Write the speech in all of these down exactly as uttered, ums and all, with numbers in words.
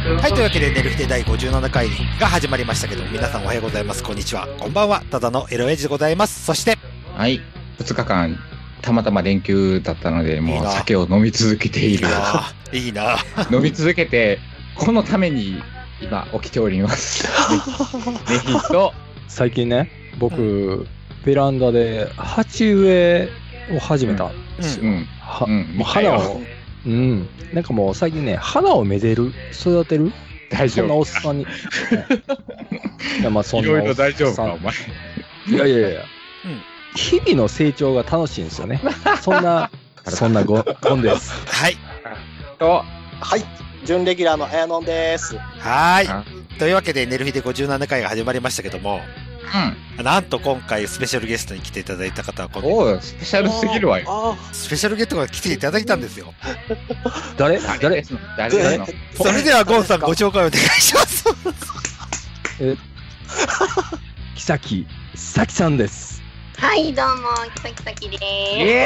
はい、というわけで、寝る日でだいごじゅうななかいが始まりましたけど、皆さんおはようございます。こんにちは。こんばんは。ただのエロエイジでございます。そして、 はい。ふつかかん、たまたま連休だったので、もう酒を飲み続けている。 いいな。 飲み続けて、このために今起きております。ねひと。 最近ね、僕、うん、ベランダで鉢植えを始めたんですよ。うん。うん、は、うん、もう花を、うん。なんかもう最近ね、花をめでる、育てる大丈夫。 そんなおっさんに。いや、まあそんなおっさん。いろいろ大丈夫か、お前。 いやいやいや。うん、日々の成長が楽しいんですよね。そんな、そんなご、ごんです。 はい。 と、はい。準レギュラーのあやのんです。 はい。というわけで、寝る日でごじゅうななかいが始まりましたけども、うん。なんと今回スペシャルゲストに来ていただいた方はこの、 おお、スペシャルすぎるわよ。 スペシャルゲストが来ていただいたんですよ。 誰誰誰誰のそれではゴンさんご紹介お願いします。 え、木崎咲さんです。 はい、どうも、木崎咲です。イエーイ、 イ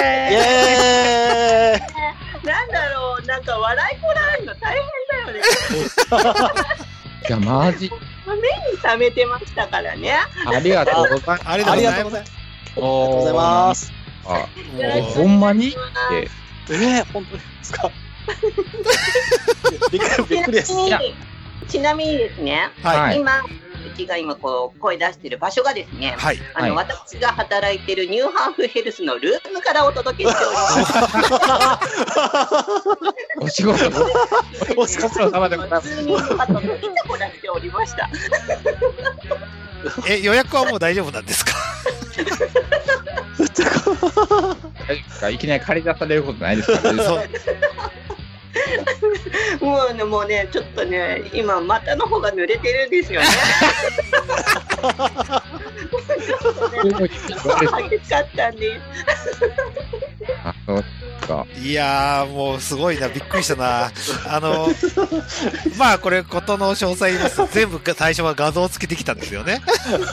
エーイなんだろう、なんか笑いこらえるの大変だよね。 いや、マジ。 目に溜めてましたからね。 ありがとうございます。 ありがとうございます。ありがとうございます。 あ、もうほんまにって。 えー、本当ですか。びっくりです。 ちなみにですね、はい、今、うちが今こう声出してる場所がですね、はい、あの、はい、私が働いてるニューハーフヘルスのルームからお届けしております。 お仕事のお仕事の様でございます。 普通にパッといたこらしておりました。 え、予約はもう大丈夫なんですか？ いきなり借り出されることないですかね。 もうね、もうね、ちょっとね、今股の方が濡れてるんですよね。激しかったんで。 あ、そうか。 いやー、もうすごいな、びっくりしたな。あの、まあこれ、ことの詳細言いますと、全部最初は画像をつけてきたんですよね。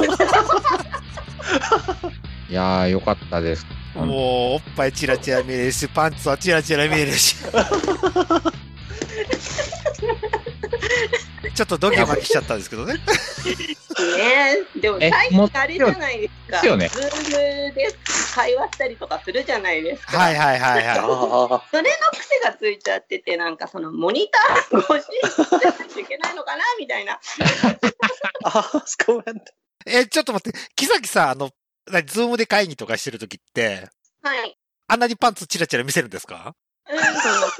いやー、よかったです。 もう、おっぱいチラチラ見えるし、パンツはチラチラ見えるし。ちょっとドキドキしちゃったんですけどね。ねえ、でも最近あれじゃないですか。 ですよね。 ズームで会話したりとかするじゃないですか。 はいはいはいはい。 それの癖がついちゃってて、なんかそのモニター越しにしないといけないのかなみたいな。 あ、そうなんだ。 え、ちょっと待って、木崎さん、あの、ズームで会議とかしてるときって、 はい。 あんなにパンツチラチラ見せるんですか？ うん、こ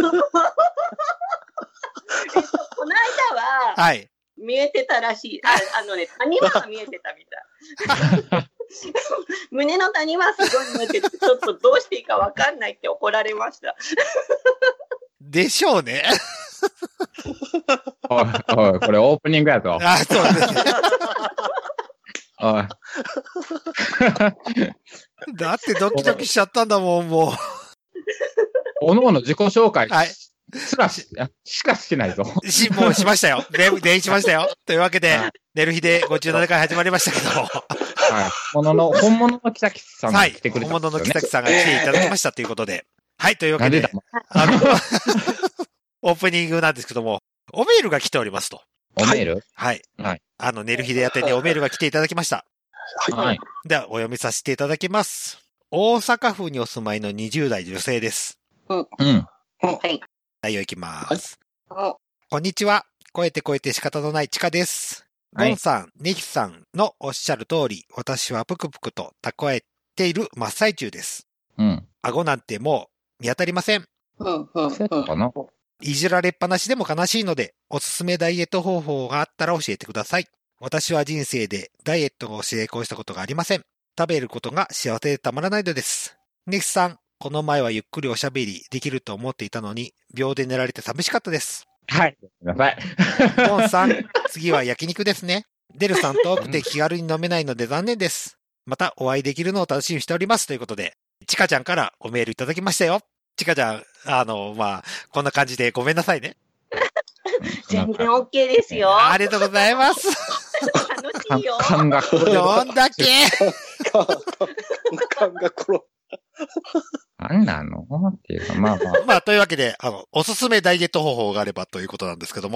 の間は、はい。見えてたらしい。あ、あのね、谷間が見えてたみたい。胸の谷間すごい見えてて、ちょっとどうしていいかわかんないって怒られました。 でしょうね。 おい、おい、これオープニングやぞ。 あ、そうですね。 おい。 だってドキドキしちゃったんだもん、もう。 おのおの自己紹介。 はい。 すらし、しかしてないぞ。 し、もうしましたよ。全員しましたよ。というわけで、はい、寝る日でごじゅうななかい始まりましたけど。はい。 本物の、本物の木崎さんが来てくれた、ね。 はい。本物の木崎さんが来ていただきましたということで。はい。というわけで、あの、オープニングなんですけども、おメールが来ておりますと。 おメール？ はい。はい。あの、寝る日でやってにおメールが来ていただきました。 はい。 では、お読みさせていただきます。大阪府にお住まいのにじゅうだい女性です。 うん。 はい。 内容いきます。 はい。 こんにちは。超えて超えて仕方のないちかです。ゴンさん、ネヒさんのおっしゃる通り、私はぷくぷくと蓄えている真っ最中です。 うん。 顎なんてもう見当たりません。 うん、うん、 そうかな。 いじられっぱなしでも悲しいので、おすすめダイエット方法があったら教えてください。私は人生でダイエットを成功したことがありません。食べることが幸せでたまらないのです。ネヒさん、この前はゆっくりおしゃべりできると思っていたのに、秒で寝られて寂しかったです。 はい。ごめんなさい。 ゴンさん、次は焼肉ですね。デルさん遠くて気軽に飲めないので残念です。またお会いできるのを楽しみにしております。ということで、ちかちゃんからおメールいただきましたよ。ちかちゃん、あの、まあ、こんな感じでごめんなさいね。 全然 OK ですよ。 ありがとうございます。 楽しいよ。 感がどんだけ感が転何なのっていうか、まあまあ。 まあ、というわけで、あの、おすすめダイエット方法があればということなんですけども、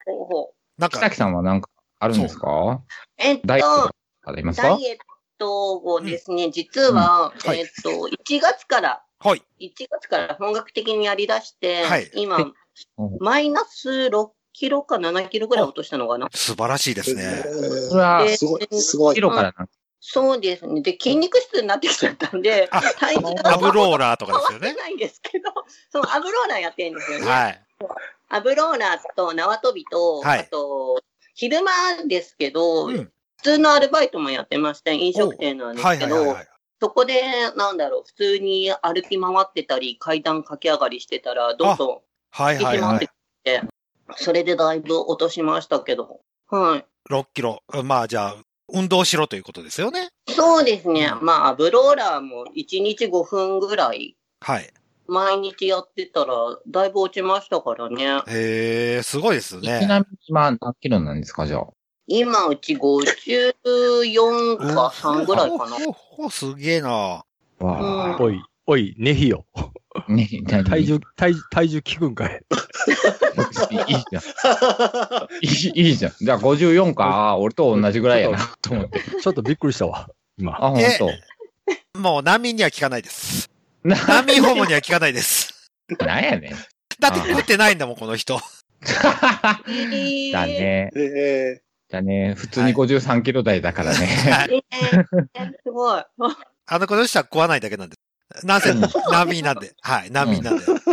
ほうほう。 なんか。北木さんは何かあるんですか？ えっと、 ダイエットありますか？ ダイエットをですね、うん、実は、うんはい、えっと、いちがつから、はい。いちがつから本格的にやり出して、はい、今、マイナスろっキロかななキロぐらい落としたのかな。 素晴らしいですね。 それは、すごい、すごい。キロからな。 そうですね。で、筋肉質になってきちゃったんで、 体重がアブローラーとかですよね。 変わってないんですけど、そのアブローラーやってるんですよね。はい。アブローラーと縄跳びと、はい、あと、昼間ですけど、うん、普通のアルバイトもやってまして、飲食店なんですけど、はいはいはいはい、そこで、なんだろう、普通に歩き回ってたり、階段駆け上がりしてたら、どんどん、はいはいはい。それでだいぶ落としましたけど、はい。 ろっキロ。まあじゃあ、運動しろということですよね。 そうですね。まあ、アブローラーもいちにちごふんぐらい。 はい。 毎日やってたら、だいぶ落ちましたからね。 へえ、すごいですね。 ちなみに今何キロなんですか、じゃあ。 今、うちごじゅうよんかさんぐらいかな。 お、すげえな。 わあ、おい、おい、ねひよ。 ね、 体重、体重、体重聞くんかい。 いいじゃん。いい、いいじゃん。じゃあごじゅうよんか。俺と同じぐらいやな、と思って。 ちょっとびっくりしたわ、今。 あ、ほんと。 もう難民には効かないです。難民ホモには効かないです。 なんやねん。 だって食ってないんだもん、この人。 だね。だね。普通にごじゅうさんキロ台だからね。はい、 すごい。 あの子の人は食わないだけなんです。なんせ、難民なんで。はい、難民なんで。はい。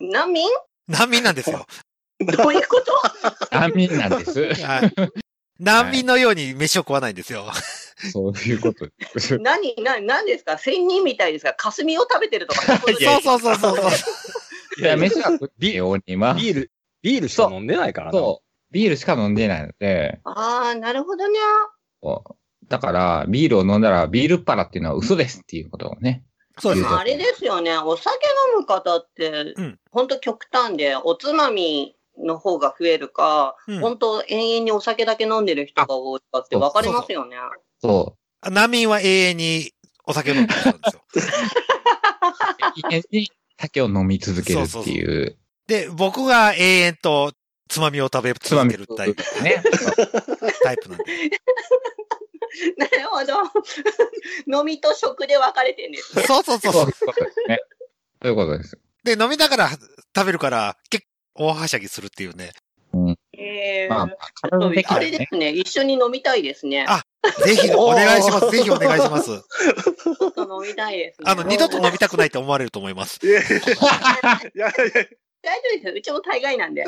難民？ 難民なんですよ。 どういうこと？ 難民なんです。はい。 難民のように飯を食わないんですよ。 そういうこと。 何、何、何ですか？仙人みたいですか？霞を食べてるとか。 そうそうそうそうそう。 いや、飯は食ってよ、今。 ビール、ビールしか飲んでないからな。 そう。ビールしか飲んでないので。 ああ、なるほどね。 だから、ビールを飲んだらビールっ腹っていうのは嘘ですっていうことをね。 そうです。あれですよね。お酒飲む方って、うん、本当極端で、おつまみの方が増えるか、うん、本当永遠にお酒だけ飲んでる人が多いかって分かりますよね。 そう。 難民は永遠にお酒を飲んでるんですよ。 永遠に酒を飲み続けるっていう。そうそうそう。 で、僕が永遠とつまみを食べ続けるタイプ。ね。タイプなんで。 なるほど。飲みと食で分かれてるんですね。 そうそうそう。そういうことですね。そういうことです。 で、飲みながら食べるから、結構大はしゃぎするっていうね。 うん。 ええー。まあ、あれですね。一緒に飲みたいですね。 あ、ぜひお願いします。ぜひお願いします。ちょっと飲みたいですね。 あの、二度と飲みたくないと思われると思います。いやいやいや。大丈夫ですよ。うちも大概なんで。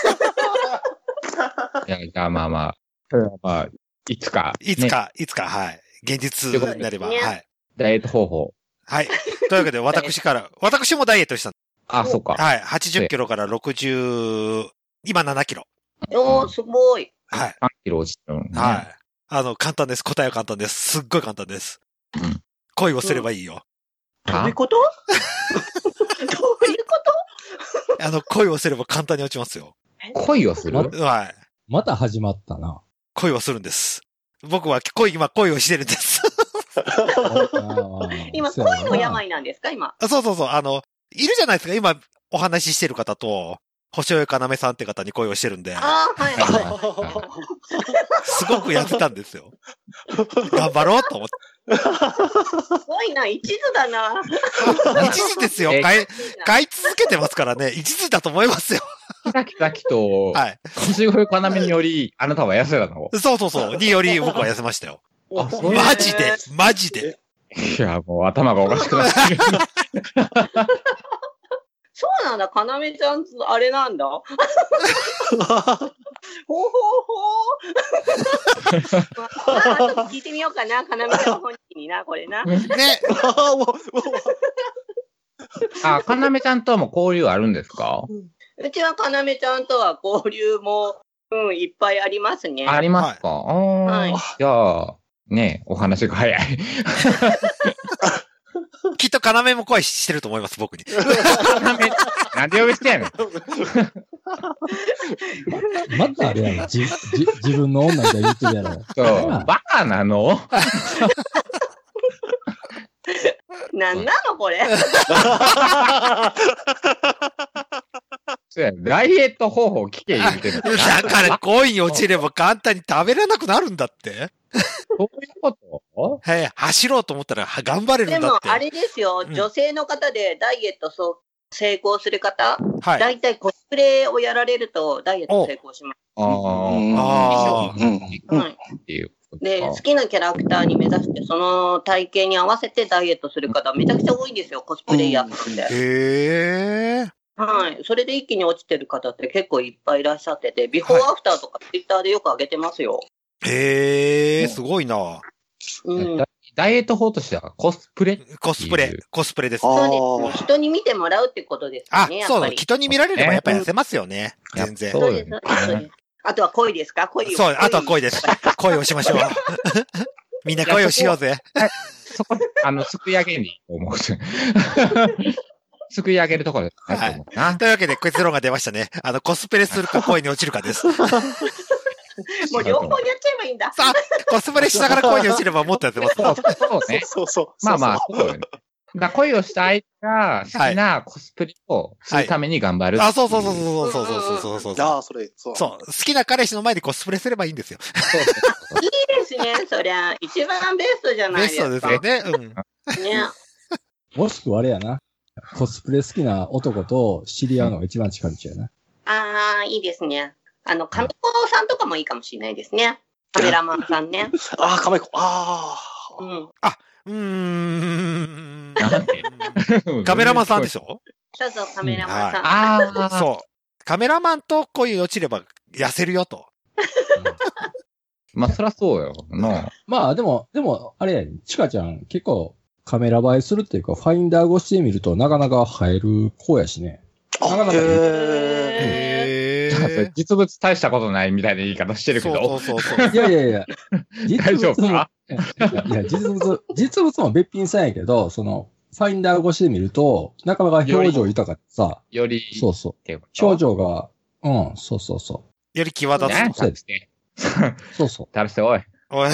いや、じゃあまあまあ。それはまあ。いつか、 ね。いつか、いつか、はい。現実になれば、はい。 ダイエット方法。 はい。というわけで、私から、私もダイエットした。 あ、そうか。 はい。はちじゅっキロからろくじゅう、今ななキロ。 おー、すごい。 はい。 さんキロ落ちたの、ね。 はい。あの、簡単です。答えは簡単です。すっごい簡単です。うん。恋をすればいいよ。 どういうこと？どういうことあの、恋をすれば簡単に落ちますよ。 恋をする？ はい。 また始まったな。 恋をするんです。僕は恋、今恋をしてるんです。 今、恋の病なんですか今。 そうそうそう。あの、いるじゃないですか。今、お話ししてる方と、星尾要さんって方に恋をしてるんで。 ああ、はいはい。 すごくやってたんですよ。頑張ろうと思って。 すごいな、一途だな。 一途ですよ。買い、買い続けてますからね。一途だと思いますよ。 さきさきと、はい。星越要により、あなたは痩せたの？ そうそうそう。により僕は痩せましたよ。あ、そうマジで、マジで。 いや、もう頭がおかしくなってる。 そうなんだ、かなめちゃん、あれなんだ。ほうほうほう。まあ、ちょっと聞いてみようかな、かなめちゃん本人にな、これな。ね。 あ、かなめちゃんとも交流あるんですか？ うちはかなめちゃんとは交流も、うん、いっぱいありますね。 ありますか？はい。じゃあ、ね、お話が早い。 きっと要も恋してると思います、僕に。 なんで呼びしてやねん。 またあれやろ。じ、じ、自分の女が言ってるやろ。 そう。バカなの？ なんなのこれ。 ダイエット方法聞け言うてる。 だから恋に落ちれば簡単に食べれなくなるんだって。 そういうことはい、走ろうと思ったら頑張れるんだって。 でもあれですよ、うん、女性の方でダイエットそう成功する方、はい、大体コスプレをやられるとダイエット成功します。ああ。ああ。で、好きなキャラクターに目指して、その体型に合わせてダイエットする方めちゃくちゃ多いんですよ、コスプレイヤーとして。 へー。 はい。それで一気に落ちてる方って結構いっぱいいらっしゃってて、ビフォーアフターとかツイッターでよく上げてますよ。 へー、すごいな。 うん。ダイエット法としてはコスプレコスプレ。コスプレです。 そうです。人に見てもらうってことですよね。 あ、そう、人に見られればやっぱり痩せますよね。全然。 そうです。あとは恋ですか恋を。 そう、あとは恋です。恋をしましょう。みんな恋をしようぜ。 そこ、あの、すくい上げに思う。すくい上げるところです。 はい。というわけで、結論が出ましたね。あの、コスプレするか恋に落ちるかです。 もう両方やっちゃえばいいんだ。 さあ、コスプレしながら恋に落ちればもっとやってます。 そうね。 そうそう。 まあまあ、そうね。だ恋をした相手が好きなコスプレをするために頑張る、 はいはい。あ、そうそうそうそうそうそうそうそう。 ああ、それ、そう。 そう。好きな彼氏の前でコスプレすればいいんですよ。 いいですね、そりゃ。一番ベストじゃないですか。 ベストですよね。うん。 ね。 もしくはあれやな。コスプレ好きな男と知り合うのが一番近道やな。 ああ、いいですね。あの、亀子さんとかもいいかもしれないですね。カメラマンさんね。 ああ、亀子。ああ。うん。 あ、うーん。カメラマンさんでしょ？ そうそう、カメラマンさん。 ああ。そう。カメラマンと恋に落ちれば痩せるよと。 まあ、そらそうよ。なまあ、でも、でも、あれや、チカちゃん結構カメラ映えするっていうか、ファインダー越しで見るとなかなか映える子やしね。なかなかいい。 へー。 実物大したことないみたいな言い方してるけど。 そうそうそうそう。 いやいやいや。 大丈夫か？ いや、実物、実物もべっぴんさんやけど、その、ファインダー越しで見ると、なかなか表情豊かってさ。 より。 そうそう。表情が、うん、そうそうそう。 より際立つ。 そうですね。そうそう。 タルしておい。 おい。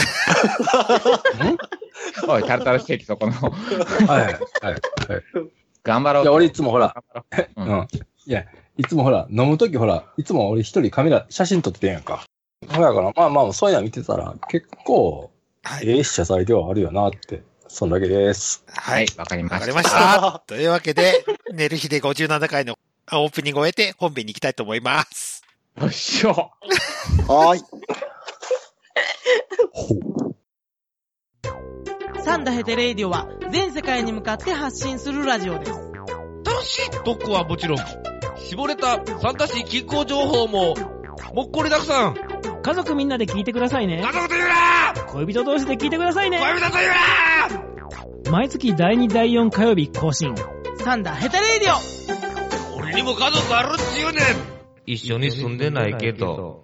おい、タルタルステーキそこの。 はいはいはい。 頑張ろう。 いや、俺いつもほら、うん。いや、いつもほら、飲むときほら、いつも俺一人カメラ、写真撮っててんやんか。ほやから、まあまあ、そういうの見てたら、結構、ええ謝罪ではあるよなって、そんだけです。 はい。 わかりました。 わかりました。というわけで、寝る日でごじゅうななかいのオープニングを終えて、本編に行きたいと思います。 よっしょ。 はーい。 サンダヘテレイディオは全世界に向かって発信するラジオです。 楽しい特攻はもちろん、絞れたサンタシー気候情報ももっこりたくさん。 家族みんなで聞いてくださいね。 家族と言うな。 恋人同士で聞いてくださいね。 恋人と言うな。毎月だいにだいよん火曜日更新、サンダヘテレイディオ。俺にも家族あるっちゅうねん。一緒に住んでないけど。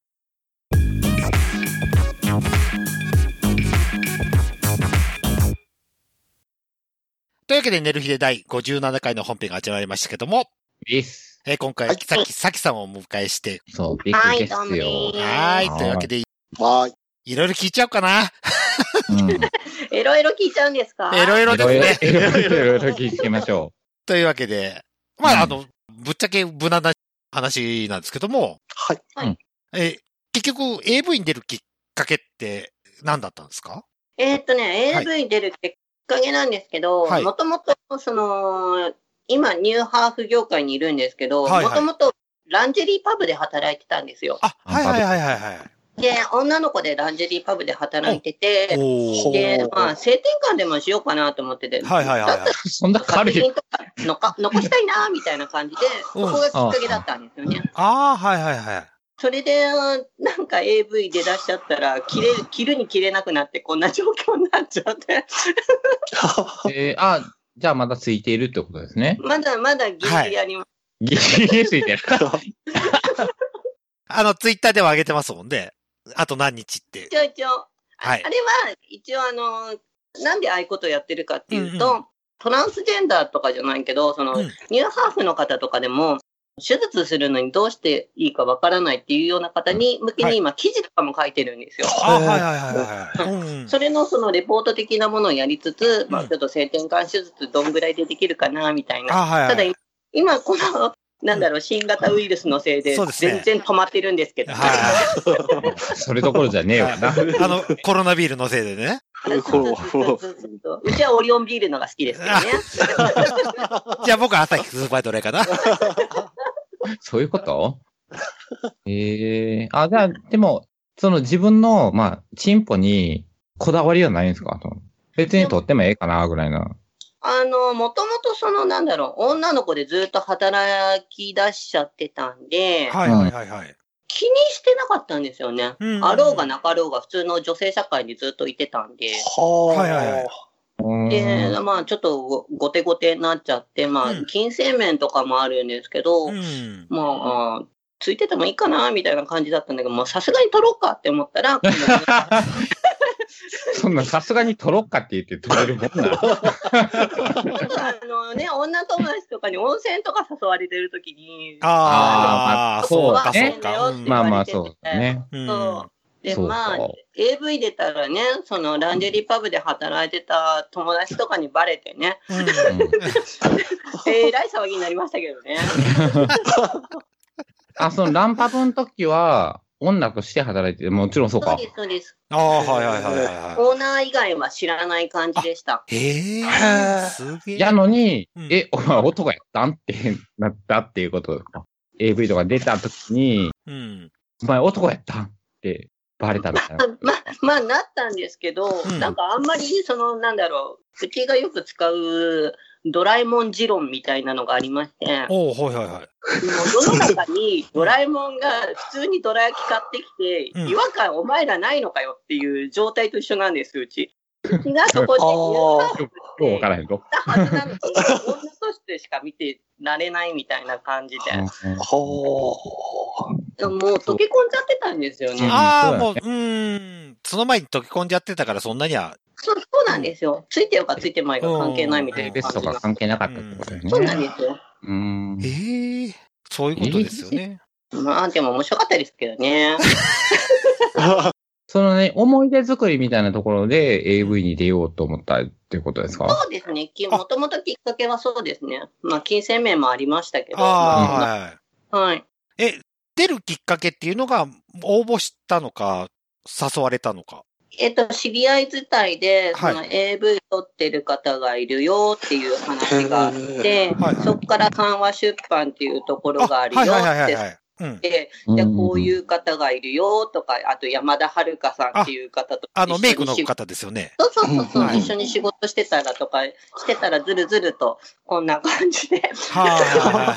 というわけで、寝る日でだいごじゅうななかいの本編が始まりましたけども、 です。 えー、今回、はい、さっき、さきさんをお迎えして。 そう、ビッグですよ。 はい、というわけで、 はい。 いろいろ聞いちゃおうかな。 うん、いろいろ聞いちゃうんですか？ いろいろですね。 いろいろ聞いてみましょう。 というわけで、まあ、うん、あの、ぶっちゃけ無難な話なんですけども、 はい。 うん、え、結局 エーブイ に出るきっかけって何だったんですか？ えー、っとね、エーブイ に出るきっかけなんですけど、もともと、その、今、ニューハーフ業界にいるんですけど、もともとランジェリーパブで働いてたんですよ。 あ、はいはいはいはいはい。 で、女の子でランジェリーパブで働いてて、で、まあ、性転換でもしようかなと思ってて、 はいはいはい、はい。 そんな軽い。 のか残したいな、みたいな感じで、そこがきっかけだったんですよね。 ああ、はいはいはい。 それで、なんか エーブイ で出しちゃったら、切れる、切るに切れなくなって、こんな状況になっちゃって。 えー、あ、じゃあまだついているってことですね。 まだまだギリギリあります。 ギリギリついてる。 あの、ツイッターでは上げてますもんね。あと何日って。 一応一応。はい。あれは、一応あの、なんでああいうことをやってるかっていうと、うんうん、トランスジェンダーとかじゃないけど、その、うん、ニューハーフの方とかでも、手術するのにどうしていいかわからないっていうような方に向けに今記事とかも書いてるんですよ。 あ、はいはいはいはい。 それのそのレポート的なものをやりつつ、まあちょっと性転換手術どんぐらいでできるかなみたいな。ただ今このなんだろう、新型ウイルスのせいで、全然止まってるんですけど。 はい。それどころじゃねえよな。 あの、コロナビールのせいでね。 うちはオリオンビールのが好きですけどね。 じゃあ僕は朝日スーパードライかな。 そういうことええー、あ、じゃあ、でも、その自分の、まあ、チンポにこだわりはないんですか？別にとってもええかな、ぐらいな。 あの、もともとその、なんだろう、女の子でずっと働き出しちゃってたんで、 はいはいはいはい。 気にしてなかったんですよね。うん、あろうがなかろうが普通の女性社会にずっといてたんで。 はいはいはい。 で、まあちょっとごてごてになっちゃって、まあ金銭面とかもあるんですけど、うん、まあ、ついててもいいかな、みたいな感じだったんだけど、もうさすがに取ろうかって思ったら、 そんなさすがに取ろっかって言って取れるもんな。 あのね、女友達とかに温泉とか誘われてるときに、 ああ、そうか、そうか。まあまあ、そうだね。 そう。で、まあ、エーブイ 出たらね、そのランジェリーパブで働いてた友達とかにバレてね、えらい騒ぎになりましたけどね。 あ、そのランパブの時は、女として働いてる。もちろんそうか。 そうです、そうです。 ああ、はいはいはいはい。 オーナー以外は知らない感じでした。 へえ、すげえ。 やのに、うん、え、お前男やったんってなったっていうことですか。エーブイ とか出た時に、うん、お前男やったんってバレたみたいな。 ま、まあ、なったんですけど、うん、なんかあんまり、その、なんだろう、うちがよく使う、ドラえもん持論みたいなのがありまして。 おー、はいはいはい。 もう世の中にドラえもんが普通にドラ焼き買ってきて、うん、違和感お前らないのかよっていう状態と一緒なんです、うち。うちがそこで言ったはずなのに、女としてしか見てられないみたいな感じで。もう溶け込んじゃってたんですよね。 ああ、もう、うーん。その前に溶け込んじゃってたからそんなには。 そう、そうなんですよ。ついてようかついてまいが関係ないみたいな。 ベストが関係なかったってことだよね。 そうなんですよ。 うん。 ええー、そういうことですよね。 えー、まあ、でも面白かったですけどね。 そのね、思い出作りみたいなところで エーブイ に出ようと思ったっていうことですか？ そうですね。もともときっかけはそうですね。まあ、金銭面もありましたけど。 ああ、はい。はい。 え、出るきっかけっていうのが応募したのか、誘われたのか？ えっと、知り合い自体で、その エーブイ 撮ってる方がいるよっていう話があって、はいはい、そこから緩和出版っていうところがあるよって、で、こういう方がいるよとか、あと山田遥さんっていう方とあの、メイクの方ですよね。 そうそうそうそう、うん、一緒に仕事してたらとか、してたらずるずると、こんな感じで。は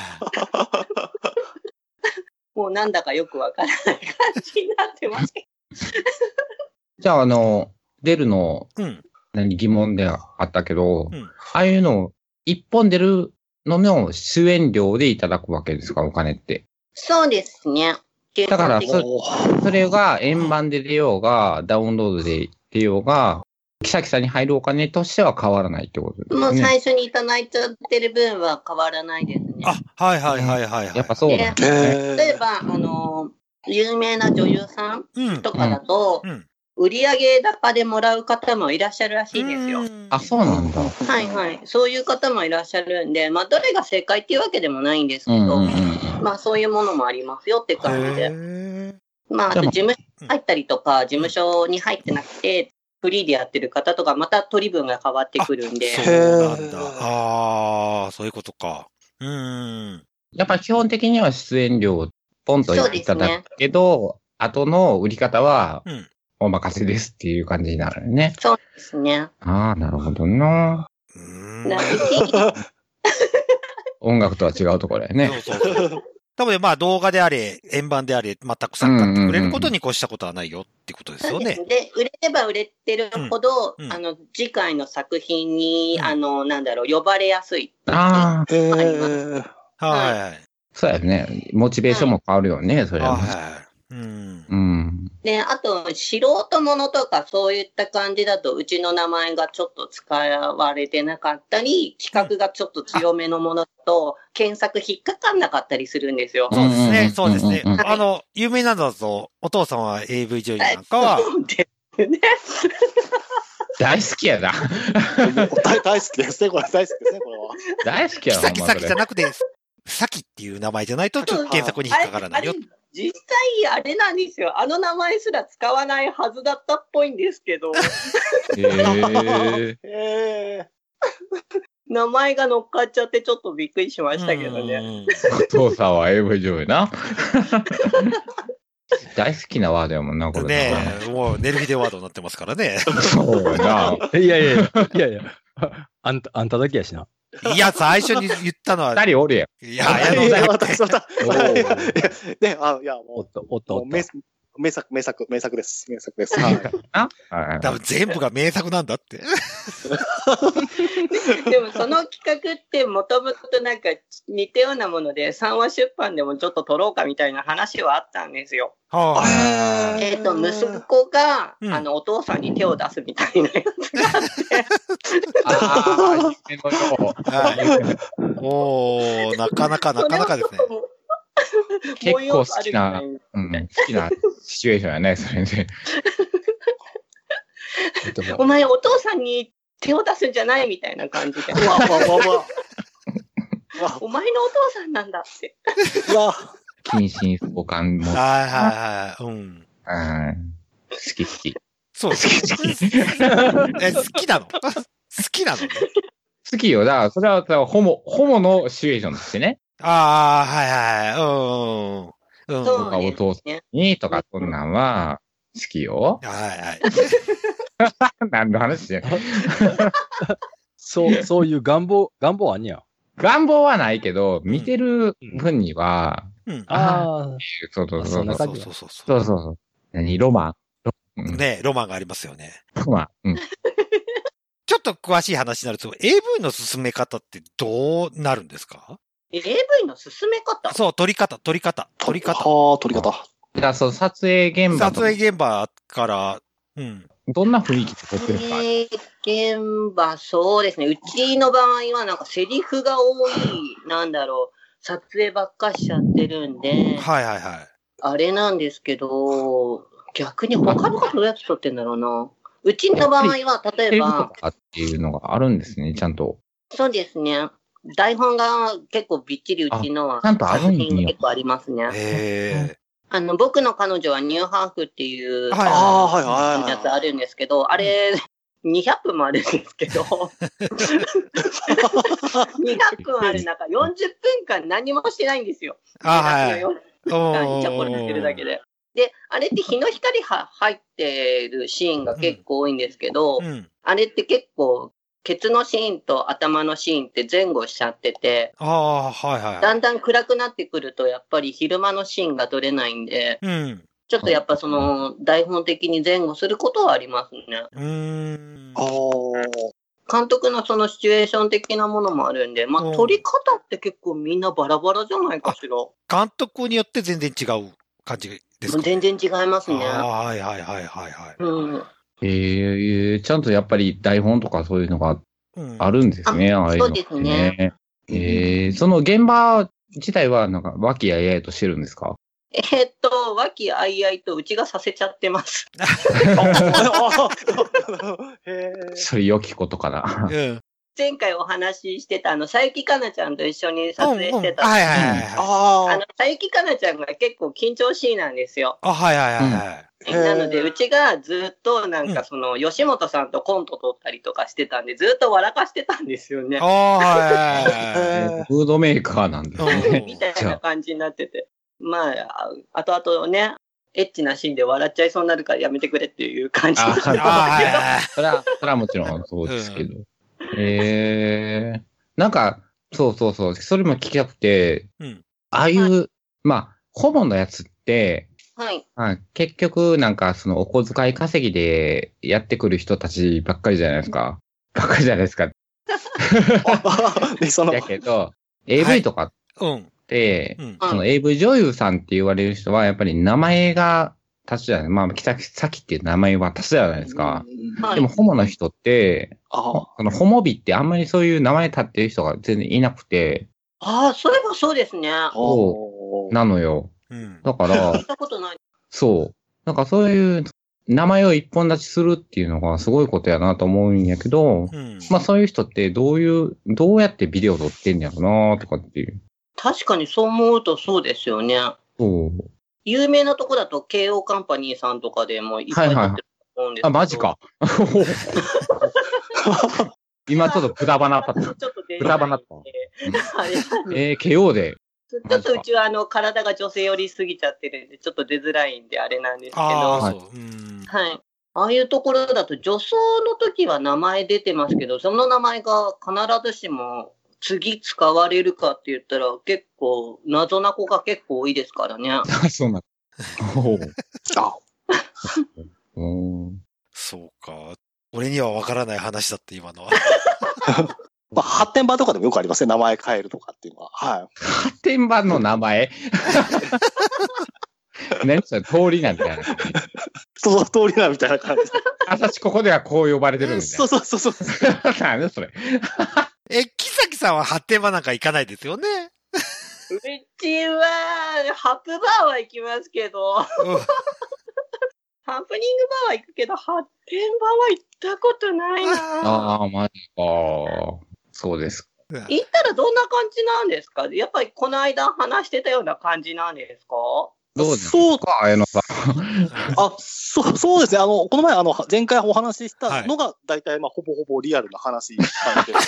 もうなんだかよくわからない感じになってますけど。 じゃあ、あの、出るの、うん、何疑問であったけど、うん、ああいうの、一本出るのの出演料でいただくわけですか、お金って。 そうですね。 だからそ、それが円盤で出ようが、ダウンロードで出ようが、キサキサに入るお金としては変わらないってことですね。 もう最初にいただいちゃってる分は変わらないですね。 あ、はいはいはいはい、はい。 やっぱそうなんですね。例えば、あの、有名な女優さんとかだと、うんうんうん売上高でもらう方もいらっしゃるらしいですよ。 あ、そうなんだ。 はいはい。そういう方もいらっしゃるんで、まあ、どれが正解っていうわけでもないんですけど、うんうんうん、まあ、そういうものもありますよって感じで。まあ、あと事務所入ったりとか、事務所に入ってなくて、フリーでやってる方とか、また取り分が変わってくるんで。 そうなんだ。ああ、そういうことか。うん。 やっぱり基本的には出演料、ポンといただくけど、ね、後の売り方は、うんお任せですっていう感じになるね。 そうですね。 ああ、なるほどな。うーん音楽とは違うところやね。そうそうそう。 多分まあ動画であれ、円盤であれ、全く参加ってくれることに越したことはないよってことですよね。 そうです。で、売れれば売れてるほど、うんうん、あの、次回の作品に、うん、あの、なんだろう、呼ばれやすい。 ああ、へー。はい。 そうやね。モチベーションも変わるよね、はい、それは、ね。はい。 うん。 うん。 で、あと、素人ものとかそういった感じだと、うちの名前がちょっと使われてなかったり、企画がちょっと強めのものと、検索引っかかんなかったりするんですよ。 そうですね、そうですね。あの、有名なのだと、お父さんは エーブイ 女優なんかは、 そうですね。 大好きやな。 大好きですね、これ大好きですね、これは。 大好きやな。 キサキサキじゃなくて、 サキっていう名前じゃないと、ちょっと検索に引っかからないよ。 実際あれなんですよ。あの名前すら使わないはずだったっぽいんですけど。へー。へー。名前が乗っかっちゃってちょっとびっくりしましたけどね。 お父さんは エーブイ 女優な。大好きなワードやもんな、これ。 ねえ、もうネルヒデワードになってますからね。 そうやな。 いやいやいや、いやいや、あんた、あんただけやしな。 いや、最初に言ったのは。 二人おるやん。いや、いや、いや、 私、私、ね、あ、いや、もう、 おっと、おっと、おっと。 名作、名作、名作です。名作です。はい。 あ多分全部が名作なんだって。 でもその企画ってもともとなんか似たようなもので三話出版でもちょっと撮ろうかみたいな話はあったんですよ。はあ、えっ、ー、と、息子が、うん、あの、お父さんに手を出すみたいなやつがあって。 ああ、夢のよう。おー、なかなかなかなかですね。 結構好きな、うん、好きなシチュエーションやね、それね。 お前お父さんに手を出すんじゃないみたいな感じで。うわわわわお前のお父さんなんだって。 うわ近親相関も。 はいはいはい。うん。 好き好き。 そう、好き好き。え、好きなの好きなのね。 好きよ。だから、それは、ホモ、ホモのシチュエーションですね。 ああ、はいはい。うん。うん。 とか、お父さんに、とか、そんなんは、好きよ。 はいはい。 何の話してんのそう、そういう願望、願望あんにゃ。 願望はないけど、見てる分には、 うん。 ああ。そうそうそう。 そうそうそう。 そうそうそう。何ロマンねロマンがありますよね。 ロマン。うん。 ちょっと詳しい話になると、エーブイ の進め方ってどうなるんですか？ エーブイ の進め方？ そう、撮り方、撮り方、撮り方。 はあ、撮り方。 いや、そう、撮影現場。 撮影現場から、うん。 どんな雰囲気で撮ってるんですか？ 撮影現場、そうですね。うちの場合はなんかセリフが多い、なんだろう、撮影ばっかしちゃってるんで。 はいはいはい。 あれなんですけど、逆に他の方どうやって撮ってんだろうな。うちの場合は、例えば。 っていうのがあるんですね、ちゃんと。 そうですね。台本が結構びっちりうちのは、 ちゃんとあるんや。結構ありますね。 へー。 あの、僕の彼女はニューハーフっていう、 はいはいはい。やつあるんですけど、あれ、にひゃっぷんもあるんですけど、にひゃっぷんある中、よんじゅっぷんかん何もしてないんですよ。 はい。 よんじゅっぷんかんイチャコラしてるだけで。で、あれって日の光は入ってるシーンが結構多いんですけど、 うんうん、 あれって結構、ケツのシーンと頭のシーンって前後しちゃってて、 ああ、はいはい。 だんだん暗くなってくると、やっぱり昼間のシーンが撮れないんで、 うん、 ちょっとやっぱその、台本的に前後することはありますね。 うーん。 監督のそのシチュエーション的なものもあるんで、まあ、撮り方って結構みんなバラバラじゃないかしら。 監督によって全然違う感じですか、ね？ 全然違いますね。 はいはいはいはいはい。 うん。 ええー、ちゃんとやっぱり台本とかそういうのがあるんですね。うん、ああいうの、ね。 そうですね。 ええー、その現場自体はなんか和気あいあいとしてるんですか？ えー、っと、和気あいあいとうちがさせちゃってます。 それ良きことかな。 うん。 前回お話ししてた、あの、佐伯かなちゃんと一緒に撮影してた。 うんうん、はいはいはい、はい。 あの、佐伯かなちゃんが結構緊張しいなんですよ。 あ、はいはいはいはい。 うん、なので、うちがずっとなんかその、吉本さんとコント撮ったりとかしてたんで、ずっと笑かしてたんですよね。 ああ、はいはいはい。 フードメーカーなんですね。 みたいな感じになってて。まあ、後々ね、エッチなシーンで笑っちゃいそうになるからやめてくれっていう感じなんですけど。 それは、それはもちろんそうですけど。うんええー、なんか、そうそうそう、それも聞きたくて、 うん、 ああいう、はい、まあ、ホモのやつって、 はい。 あ結局、なんか、その、お小遣い稼ぎでやってくる人たちばっかりじゃないですか。ばっかりじゃないですか。だけど、エーブイ とかって、 はいうん、 その エーブイ 女優さんって言われる人は、やっぱり名前が立つじゃない。まあ、北崎っていう名前は立つじゃないですか。でも、ホモの人って、そのホモビってあんまりそういう名前立ってる人が全然いなくて。 ああ、そういえばそうですね。 そうなのよ。 うん、 だから、 聞いたことない。 そう。なんかそういう名前を一本立ちするっていうのがすごいことやなと思うんやけど、 うん、 まあそういう人ってどういう、どうやってビデオ撮ってんやろなとかっていう。 確かにそう思うとそうですよね。 そう。 有名なとこだと、慶応カンパニーさんとかでもいっぱい撮ってると思うんですけど。 あ、マジか。今ちょっとくだばなった。 ちょっと出くだばなった。えー、ケーオー で。 ちょっとうちはあの体が女性寄りすぎちゃってるんで、ちょっと出づらいんであれなんですけど。 はい。 はい。ああいうところだと女装の時は名前出てますけど、その名前が必ずしも次使われるかって言ったら結構謎な子が結構多いですからね。 あ、そうなんだ。 あそうか。俺にはわからない話だって今のは。 まあ、発展版とかでもよくありますね。名前変えるとかっていうのは。はい。 発展版の名前何それ、通りなみたいな。 そう、通りなみたいな感じ。 私ここではこう呼ばれてるんだよ。 そうそうそうそう。 何それ。 え、木崎さんは発展版なんか行かないですよね。 うちは、ハプバーは行きますけど。ハプニングバーは行くけど、発展版は行ったことないな。 ああ、マジか。そうです。 行ったらどんな感じなんですか？やっぱりこの間話してたような感じなんですか？ どうですか、綾野さん。 あ、そう、そうですね。あの、この前、あの、前回お話ししたのが、大体、まあ、ほぼほぼリアルな話なんで。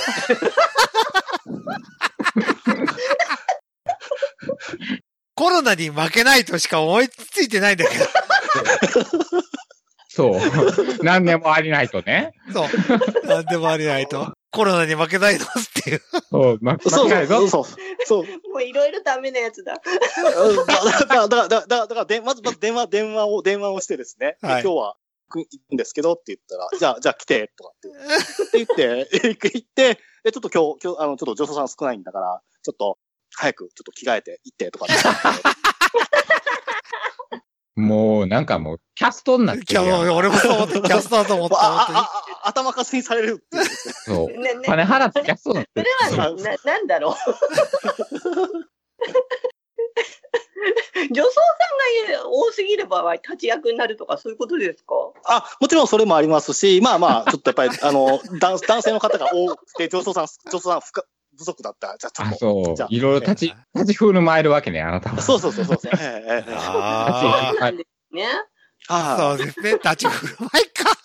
コロナに負けないとしか思いついてないんだけど。 そう。何でもありないとね。 そう。何でもありないと。コロナに負けないのっていう。 そう、負けないぞ。 そう、そう。 もういろいろダメなやつだ。 だから、だから、だから、だから、まず、まず電話、電話を、電話をしてですね。はい、今日は行くんですけどって言ったら、じゃあ、じゃあ来て、とかって言って、行って、で、ちょっと今日、今日、あの、ちょっと女装さん少ないんだから、ちょっと、早く、ちょっと着替えて行って、とかって。 もう、なんかもう、キャストになってるやん。 俺もそう思って、キャストだと思った。 頭かすにされるっていう。 そう。金払ってキャストになってる。 それは、な、なんだろう。女装さんが多すぎる場合、立ち役になるとか、そういうことですか？ あ、もちろんそれもありますし、まあまあ、ちょっとやっぱり、あの、男性の方が多くて、女装さん、女装さん不不足だったら、じゃあちょっと。そう。いろいろ立ち、立ち振る舞えるわけね、あなたは。 そうそうそうそう。ええ、 ああ。ね。 そうですね。立ち振る舞いか。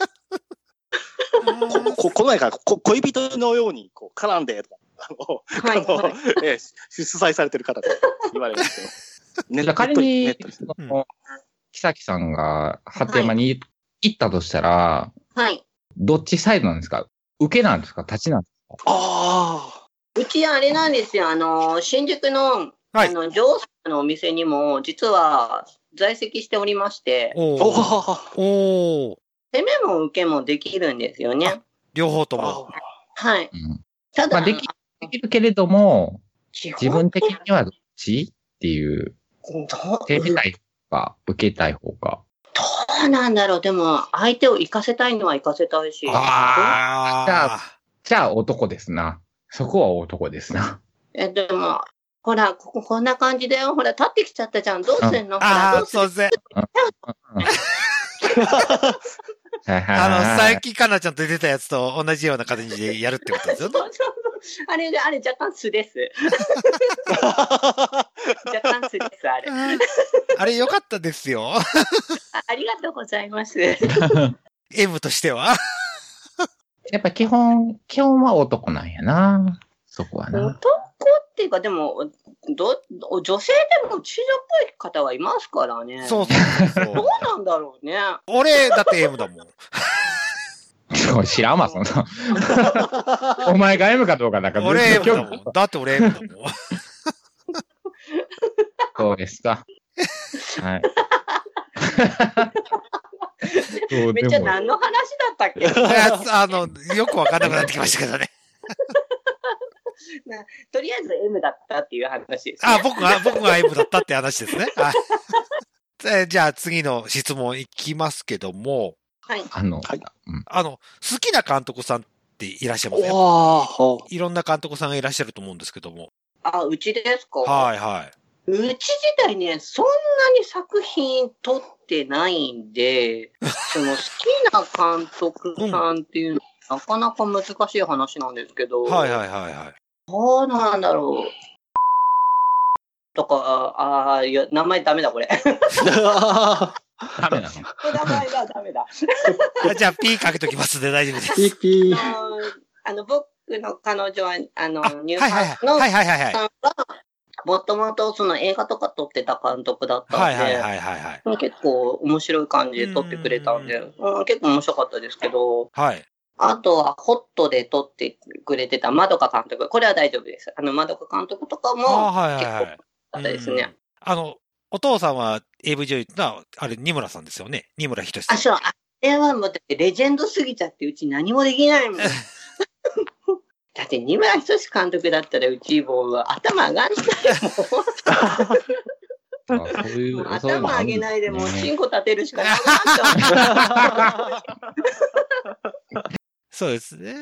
こ、この前からこ恋人のように、こう、絡んで、とか、あの、はいはい、えー、主催されてる方と言われますけど。 ね、仮に、その、木崎さんが、発展場に行ったとしたら、 はい。 どっちサイドなんですか？受けなんですか？立ちなんですか？ ああ。 うちあれなんですよ、あの、新宿の、はい、あの、上手のお店にも、実は在籍しておりまして、 おー。おー。 攻めも受けもできるんですよね。 両方とも。 はい。 うん、ただ、まあ、でき、できるけれども、自分的にはどっちっていう、攻めたいか、受けたい方か。 どうなんだろう。でも、相手を行かせたいのは行かせたいし。 ああ。じゃあ、じゃあ男ですな。そこは男ですな。 え、でも、ほら、こここんな感じだよ。ほら、立ってきちゃったじゃん。どうすんの？ ああ、そうですね。あの、佐伯かなちゃんと出てたやつと同じような感じでやるってことですよね。そうそうそうあれ、あれ若干素です。若干素です、あれ。 あれ良かったですよ。 あ。ありがとうございます。 M としては。 やっぱ基本、基本は男なんやな。そこはな。 男っていうか、でも、ど、女性でも中女っぽい方はいますからね。 そうそうそう。 どうなんだろうね。 俺、だって M だもん。 知らんわ、そんな。お前が M かどうかなんか俺 M だもん。だって俺 M だもん。 そうですか。はい。 めっちゃ何の話だったっけ？ あの、よくわかんなくなってきましたけどね。 とりあえず M だったっていう話です、ね。 あ、僕が、僕が M だったって話ですね。はい、じゃあ次の質問いきますけども。 はい。 あの、 はい、あの、好きな監督さんっていらっしゃいますね。いろんな監督さんがいらっしゃると思うんですけども。 あ、うちですか？ はいはい。 うち自体ね、そんなに作品撮ってないんで、その好きな監督さんっていうのは、なかなか難しい話なんですけど。 はいはいはいはい。 どうなんだろう。 とか、ああ、いや、名前ダメだ、これ。 ダメなの名前がダメだ。 じゃあ、ピーかけときますで大丈夫です。 ピーピー。 あの、僕の彼女は、あの、ニューハハーフのはいはいはいはい。 さんが、もともとその映画とか撮ってた監督だったんで、 はいはいはいはいはい。 結構面白い感じで撮ってくれたんで、うん、結構面白かったですけど、 はい。 あとは、ホットで撮ってくれてたまどか監督。これは大丈夫です。あの、まどか監督とかも、結構、かったですね。 あの、お父さんは エーブイ 女優ってのは、あれ、二村さんですよね。二村仁さん。 あ、そう。あれはもう、だってレジェンドすぎちゃって、うち何もできないもん。だって二村仁監督だったら、うちもう頭上がんないもん。そういう頭上げないでもうチンコ立てるしかなくなっちゃう。 そうですね。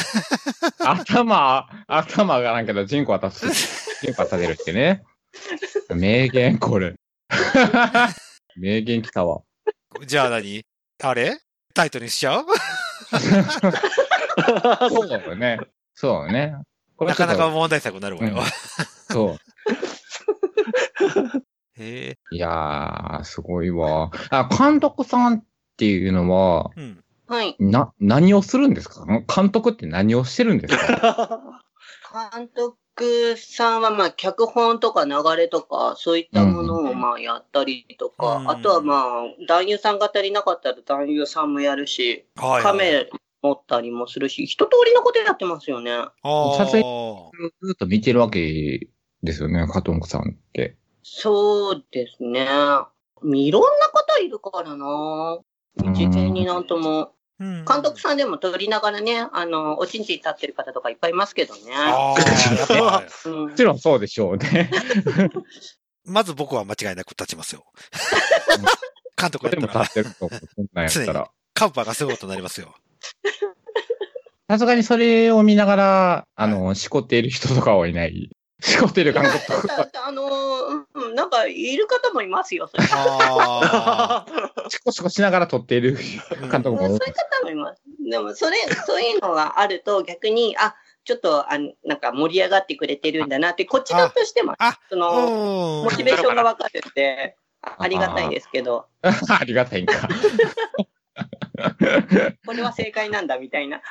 頭、頭上がらんけど、チンコは立つ。チンコは立てるってね。名言、これ。名言来たわ。 じゃあ何あれタイトルにしちゃうそうだよね。そうだね。 これなかなか問題作になるわよ。うん、 そう。 へえ。 いやー、すごいわ。あ、監督さんっていうのは、 うん、はい。 な、何をするんですか？監督って何をしてるんですか？ 監督さんは、まあ、脚本とか流れとか、そういったものを、まあ、やったりとか、うん、あとは、まあ、男優さんが足りなかったら男優さんもやるし、はいはい、カメラ持ったりもするし、一通りのことやってますよね。 撮影ずっと見てるわけですよね、加藤さんって。 そうですね。いろんな方いるからな。一概になんとも。監督さんでも撮りながらね、あの、おちんちん立ってる方とかいっぱいいますけどね。ああ、もちろんそうでしょうね。 まず僕は間違いなく立ちますよ。監督やったら。 立ってると、そんなんやったら。 カンパがすごいことになりますよ。 さすがにそれを見ながら、あの、しこっている人とかはいない。しこってる監督とか。 あの、うん、なんか、いる方もいますよ、それ。 あシコシコしながら撮っている監督も、 うん。そういう方もいます。でも、それ、そういうのがあると、逆に、あ、ちょっと、あなんか盛り上がってくれてるんだなって、こっちだとしても、その、モチベーションがわかるって、ありがたいですけど。 ありがたいんか。 これは正解なんだ、みたいな。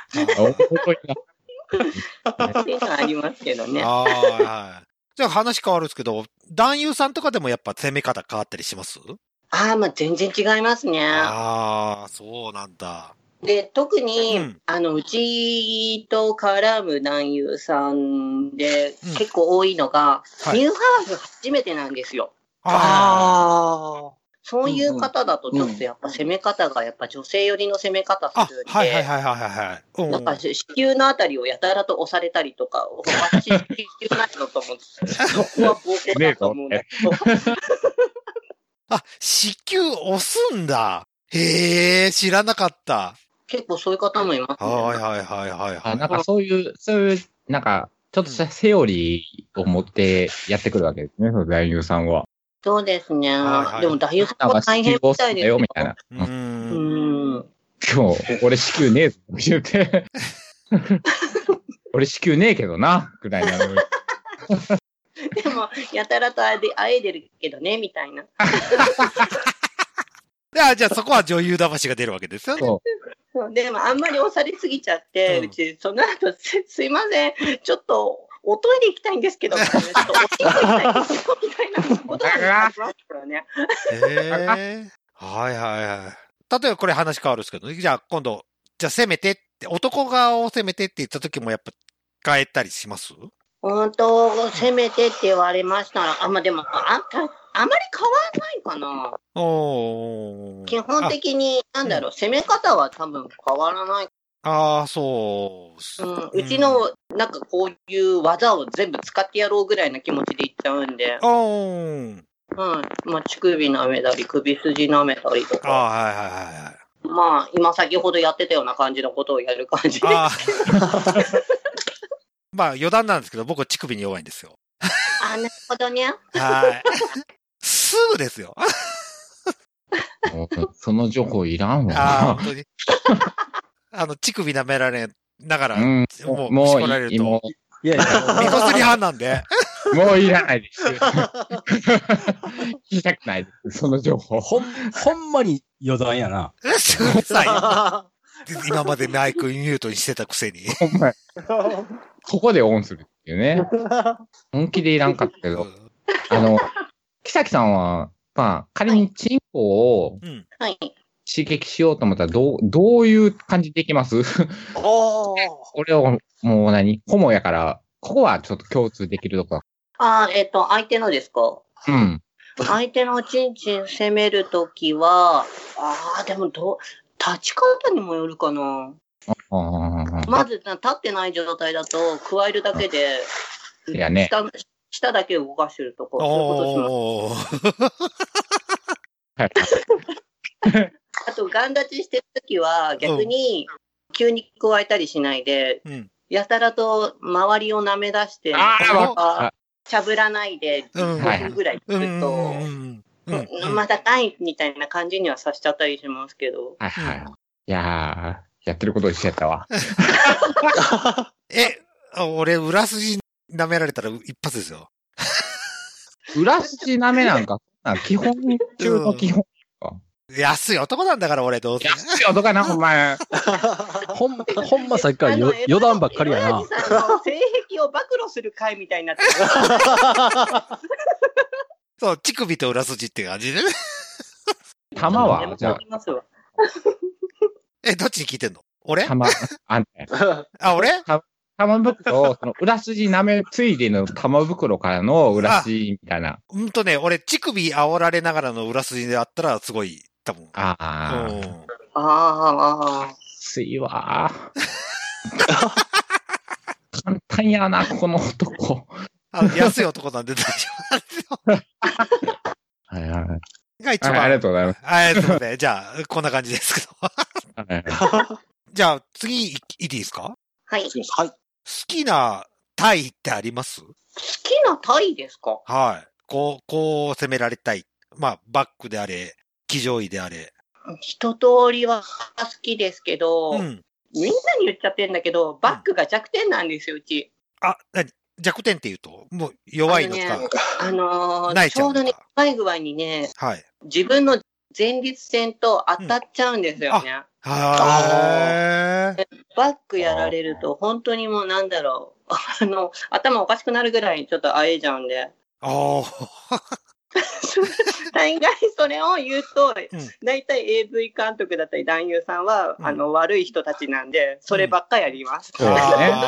っていうのはありますけどね。あはい。じゃあ話変わるんですけど、男優さんとかでもやっぱ攻め方変わったりします？ ああ、まあ全然違いますね。 ああ、そうなんだ。 で、特に、うん、あの、うちと絡む男優さんで結構多いのが、うんはい、ニューハーフ初めてなんですよ。ああ。そういう方だとちょっとやっぱ攻め方がやっぱ女性寄りの攻め方するんで、 はいはいはいはいはい。 なんか子宮のあたりをやたらと押されたりとか、私子宮ないのと思って、そこは暴行だと思うんだけど。 あ、子宮押すんだ。へえ、知らなかった。 結構そういう方もいますね。 はいはいはいはい、はい。 あ、なんかそういう、そういう、なんか、ちょっとしたセオリーを持ってやってくるわけですね、その男優さんは。 そうですね。はいはい、でも男優さんも大変みたいですよ。 みたいな。 うん。 今日、俺子宮ねえぞ、言うて。俺子宮ねえけどな、ぐらいなのに。 でも、やたらとあえでるけどね、みたいな。 いや、じゃあそこは女優魂が出るわけですよね。 そうそうでも、あんまり押されすぎちゃって、うん、うち、その後す、すいません、ちょっと、おトイレ行きたいんですけど、ちょっとおトイレ行きたいんですけど、みたいなことがありますからね。 へー。はいはいはい。例えばこれ話変わるんですけど、じゃあ今度、じゃあ攻めてって、男側を攻めてって言った時もやっぱ変えたりします？ 本当、攻めてって言われましたら、あ、まあ、でも、あ、あまり変わらないかな。 お基本的に、なんだろう、攻め方は多分変わらない。 ああ、そう、 うん。うちの、なんかこういう技を全部使ってやろうぐらいの気持ちでいっちゃうんで。 うん。 うん。まあ、乳首舐めたり、首筋舐めたりとか。 ああ、はいはいはい。 まあ、今先ほどやってたような感じのことをやる感じです。あまあ、余談なんですけど、僕は乳首に弱いんですよ。 あ、なるほどね。 はい。すぐですよ。 その情報いらんわ。 ああ、本当に。あの、乳首舐められながら、うん、もう、 もう絞られると。 いやいや、 みこすり派なんで。 もういらないです。聞きたくないです。その情報。 ほん、ほんまに余談やな。 うるさい。今までマイクミュートにしてたくせに。 ほんまここでオンするっていうね。本気でいらんかったけど。あの、木崎さんは、まあ、仮にチンコを刺激しようと思ったら、どう、どういう感じでいきます？俺はもう何ホモやから、ここはちょっと共通できるところ。 ああ、えっと、相手のですか？ うん。 相手のチンチン攻めるときは、ああ、でもどう、立ち方にもよるかな。まず、立ってない状態だと、加えるだけで、 いやね。 下、下だけ動かしてるとこ、そういうことします。あと、ガン立ちしてるときは、逆に、急に加えたりしないで、うん、やたらと周りを舐め出して、しゃぶらないで、ごふんぐらいすると、まだかいみたいな感じにはさせちゃったりしますけど。 はいはい。いやー、やってること一緒やったわ。 え、俺、裏筋舐められたら一発ですよ。 裏筋舐めなんか、基本中の基本か。 安い男なんだから、俺、どうせ。 安い男かな、お前。 ほん、ほんまさっきから余談ばっかりやな。 性癖を暴露する回みたいになってる。 そう、乳首と裏筋って感じでね。 玉はじゃあ。 え、どっちに聞いてんの？俺？ 玉、あんた。 あ、俺？ 玉袋、その裏筋舐めついでの玉袋からの裏筋みたいな。 うんとね、俺、乳首煽られながらの裏筋であったら、すごい、多分。 ああ。 うん、ああ。 ついわー。簡単やな、この男。 あの安い男なんで大丈夫なんですよ。 はいはい。 が一番。 ありがとうございます。 ありがとうございます。じゃあ、こんな感じですけど。じゃあ、次、いいですか？ はい。 はい。 好きなタイってあります？ 好きなタイですか？ はい。こう、こう攻められたい。まあ、バックであれ、騎乗位であれ。 一通りは好きですけど、うん、みんなに言っちゃってるんだけど、バックが弱点なんですよ、うち。 あ、なに弱点って言うと、もう弱いのか。 あのー、ね、ちょうどね、怖い具合にね、 はい、 自分の前立腺と当たっちゃうんですよね。 うん、はーバックやられると、本当にもうなんだろう、あの、頭おかしくなるぐらいちょっとあえちゃうんで。 ああ。 大概それを言うと、大体 エーブイ 監督だったり男優さんは、うん、あの悪い人たちなんで、そればっかりやります。 うん、そうだね。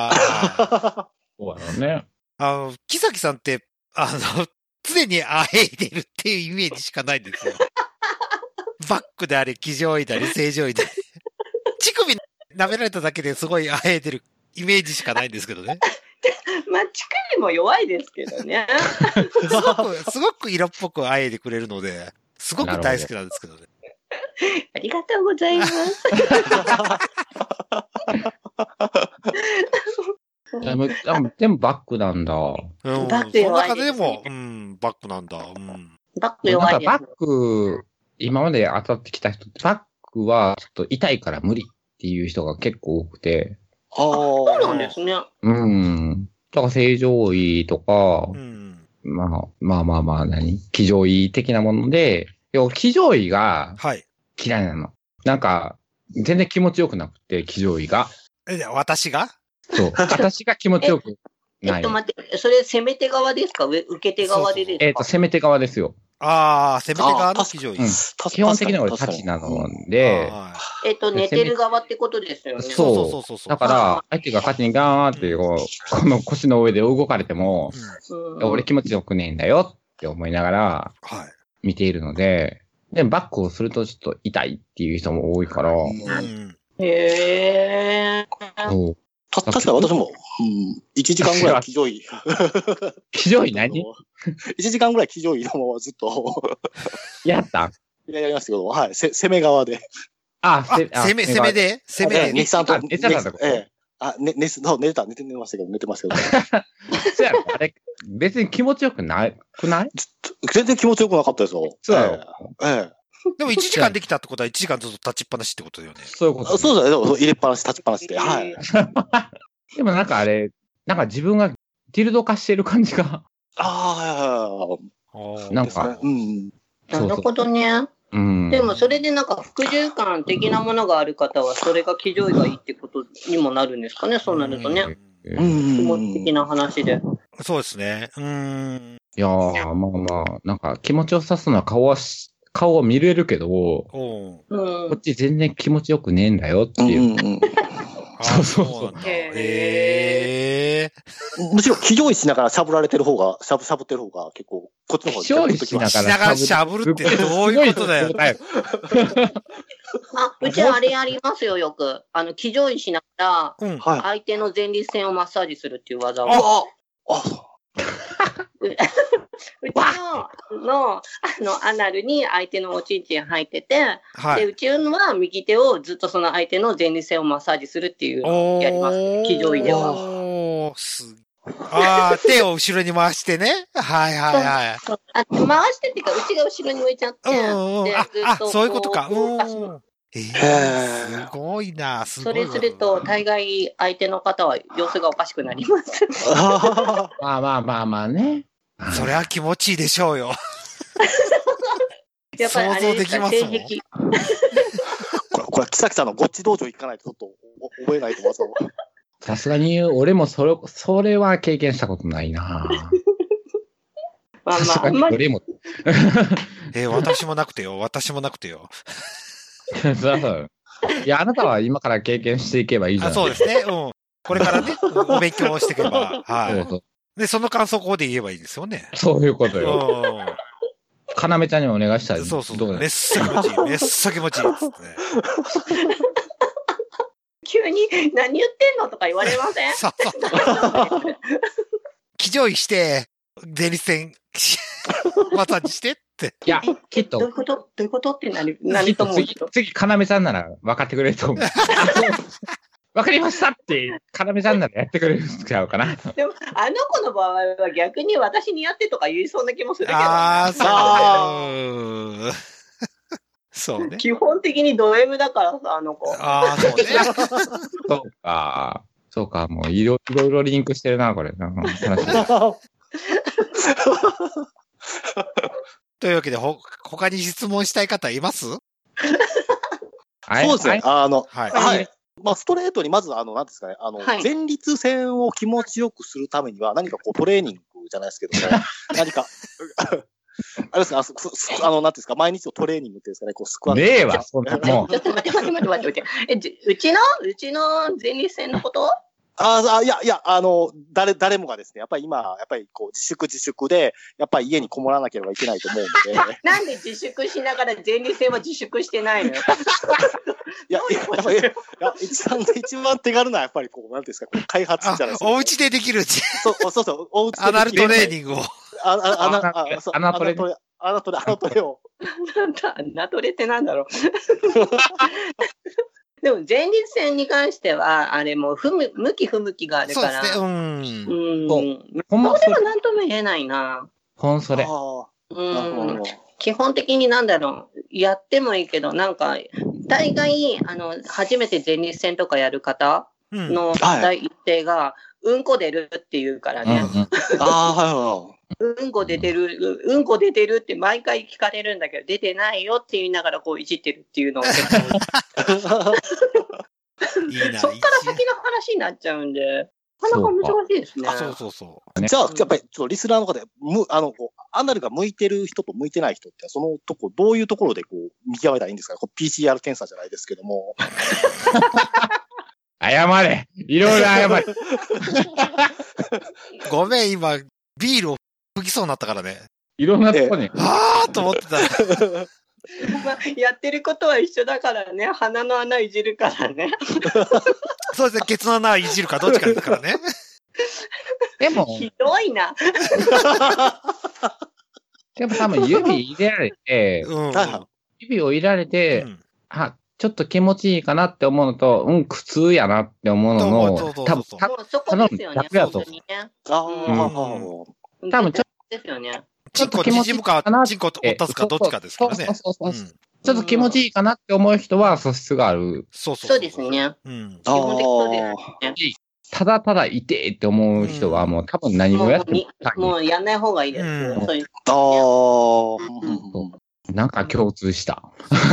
そうだね。 あの、木崎さんって、あの、常にあえいでるっていうイメージしかないんですよ。バックであれ、騎乗位であれ、正常位であれ。乳首舐められただけですごいあえいでるイメージしかないんですけどね。 まあ、乳首も弱いですけどね。 すごく、すごく色っぽくあえいでくれるので、すごく大好きなんですけどね。 ありがとうございます。 でも、でもバックなんだ。うん、 バック弱いです、ね。その中でも、うん、バックなんだ。うん、 バック弱いです。 なんかバック、今まで当たってきた人、バックはちょっと痛いから無理っていう人が結構多くて。 ああ、そうなんですね。 うん。だから正常位とか、うん、まあまあまあまあ何騎乗位的なもので、要は騎乗位が嫌いなの。はい、なんか、全然気持ちよくなくて、騎乗位が。 え、私がそう。私が気持ちよくない。 えっと待って、それ攻め手側ですか？受け手側でですか？ えっと、攻め手側ですよ。 ああ、攻め手側の騎乗位。うん、 基本的には俺立ちなので、 えっと、寝てる側ってことですよね。 そうそうそうそうそう。だから、相手が勝ちにガーンってこう、この腰の上で動かれても、うん、俺気持ちよくねえんだよって思いながら、見ているので、で、バックをするとちょっと痛いっていう人も多いから、うん、 へー。 そう。 た、確かに私も、うん、いちじかんぐらい騎乗位。 騎乗位何 ? いち 時間ぐらい騎乗位のままずっと。 やったいや、やりましたけど、はい、せ、攻め側で。 あ、 せ、攻め、攻めで攻めで。 ネスさんと、 寝てたんだええ。あ、ね、寝、寝てた、寝てましたけど、寝てましたけど。 そうやろ、あれ、別に気持ちよくないくない全然気持ちよくなかったですよ。 そうやろ。 ええ。 でもいちじかんできたってことはいちじかんずっと立ちっぱなしってことだよね。 そういうこと、ね。 そうだね。入れっぱなし、立ちっぱなしで。はい。 でもなんかあれ、なんか自分がティルド化してる感じが。 ああ。なんか、 うん。なるほどね。うん、でもそれでなんか服従感的なものがある方はそれが騎乗位がいいってことにもなるんですかね、そうなるとね。うん。気持ち的な話で。 そうですね。うん。 いやー、まあまあ、なんか気持ちを指すのは顔はし、顔を見れるけど、こっち全然気持ちよくねえんだよっていう。うんうん、そうそうそう。 へー。むしろ気乗位しながらしゃぶられてる方が、しゃぶしゃぶってる方が結構、こっちの方が気乗位しながらしゃぶるってどういうことだよ。 あ、うちはあれやりますよ、よく。あの、気乗位しながら、うん、相手の前立腺をマッサージするっていう技を。ああうちの、の、あの、アナルに相手のおちんちん入ってて、はい、で、うちは右手をずっとその相手の前立腺をマッサージするっていうのをやります。気乗位では。 おー、すああ、手を後ろに回してね。はいはいはい。 あ回してっていうか、うちが後ろに向いちゃって。 うんうん、あ、あ、そういうことか。うん。えー、すごいな、すごい。 それすると、大概相手の方は様子がおかしくなります。 まあまあまあまあね。 それは気持ちいいでしょうよ。 やっぱりあれ想像できますもん。 これ、これ、木崎さんのごっち道場行かないとちょっと覚えないと思いますよ。 さすがに、俺もそれ、それは経験したことないなまあまあ、あんまり。 えー、私もなくてよ、私もなくてよ。 そうそういや、あなたは今から経験していけばいいじゃないですか。そうですね。うん。これからね、お勉強をしていけば。はい。そうそうで、その感想ここで言えばいいですよね。 そういうことよ。かなめちゃんにもお願いしたい。 そうそう。めっさ気持ちいい。めっさ気持ちいい。つってね。 急に何言ってんのとか言われません？そうそう。 気乗位して、前立腺、マッサージしてって。 いや、きっと。 どういうことどういうことって何、何と思う次、次、かなめちゃんなら分かってくれると思う。分かりましたって、かなめちゃんならやってくれるんちゃうかな。 でも、あの子の場合は逆に私にやってとか言いそうな気もするけど。 ああ、そうね。そうね。 基本的にド M だからさ、あの子。 ああ、そうね。 そうか。そうか、もういろいろリンクしてるな、これ。 というわけで、ほ、他に質問したい方います？ そうですね。あの、はい。はい。まあ、ストレートにまず、あの、なんですかね、あの、はい、前立腺を気持ちよくするためには、何かこう、トレーニングじゃないですけども、何か、あれですね、あの、なんていうんですか、毎日のトレーニングっていうんですかね、こう、スクワット。 ねえわ、そんなもう。ちょっと待って待って待って待って。え、うちのうちの前立腺のこと？ ああ、いや、いや、あの、誰、誰もがですね、やっぱり今、やっぱりこう、自粛自粛で、やっぱり家にこもらなければいけないと思うので。 なんで自粛しながら前立腺は自粛してないのよ。 いや、やっぱり、いや、一番、一番手軽な、やっぱりこう、なんていうんですか、こう開発じゃないですか。 お家でできる。 そう、そうそう、お家でできる。 アナルトレーニングを。 あ、あ、あな、あ、そう、 アナトレ。 アナトレ、アナトレを。 なんだ、アナトレってなんだろう。でも前立腺に関しては、あれもうむ向き不向きがあるから。 そうですね。うん。 うん。ほんまでもなんとも言えないな。 ほんそれ。 うん。基本的になんだろう。やってもいいけど、なんか、大概、あの、初めて前立腺とかやる方の第一声が、うん、うんこ出るって言うからね。 うんうん、 ああ、はいはい。 うんこ出てる、うんこ出てるって毎回聞かれるんだけど、出てないよって言いながらこういじってるっていうのを結構。いいなそっから先の話になっちゃうんで、なかなか難しいですね。 そうそうそう。 じゃあ、やっぱり、ちょっとリスナーの方で、む、あの、こう、アナルが向いてる人と向いてない人って、そのとこ、どういうところでこう、見極めたらいいんですか？こう ピーシーアール 検査じゃないですけども。 謝れいろいろ謝れごめん、今、ビールを吹きそうになったからね。 いろんなとこに。 ええ、あーと思ってた。 まあ、やってることは一緒だからね。鼻の穴いじるからね。 そうですね。ケツの穴いじるかどっちかですからね。 でも。 ひどいな。 でも多分指入れられて、うん、指を入れられて、うん、あ、ちょっと気持ちいいかなって思うのと、うん、苦痛やなって思うのの、多分、 そこですよね。 逆と。 ああ、 うん、多分ちょっと、 ですよね。 チンコ縮むか、チンコ落たすかどっちかですからね。 そうそうそうそう、うん。ちょっと気持ちいいかなって思う人は素質がある。 そうそう。 そうですね。うん。基本的そうですね。 ただただいてって思う人はもう多分何もやってももう、もうやんない方がいいです。うん、そういう。 ああ、 うん、なんか共通した。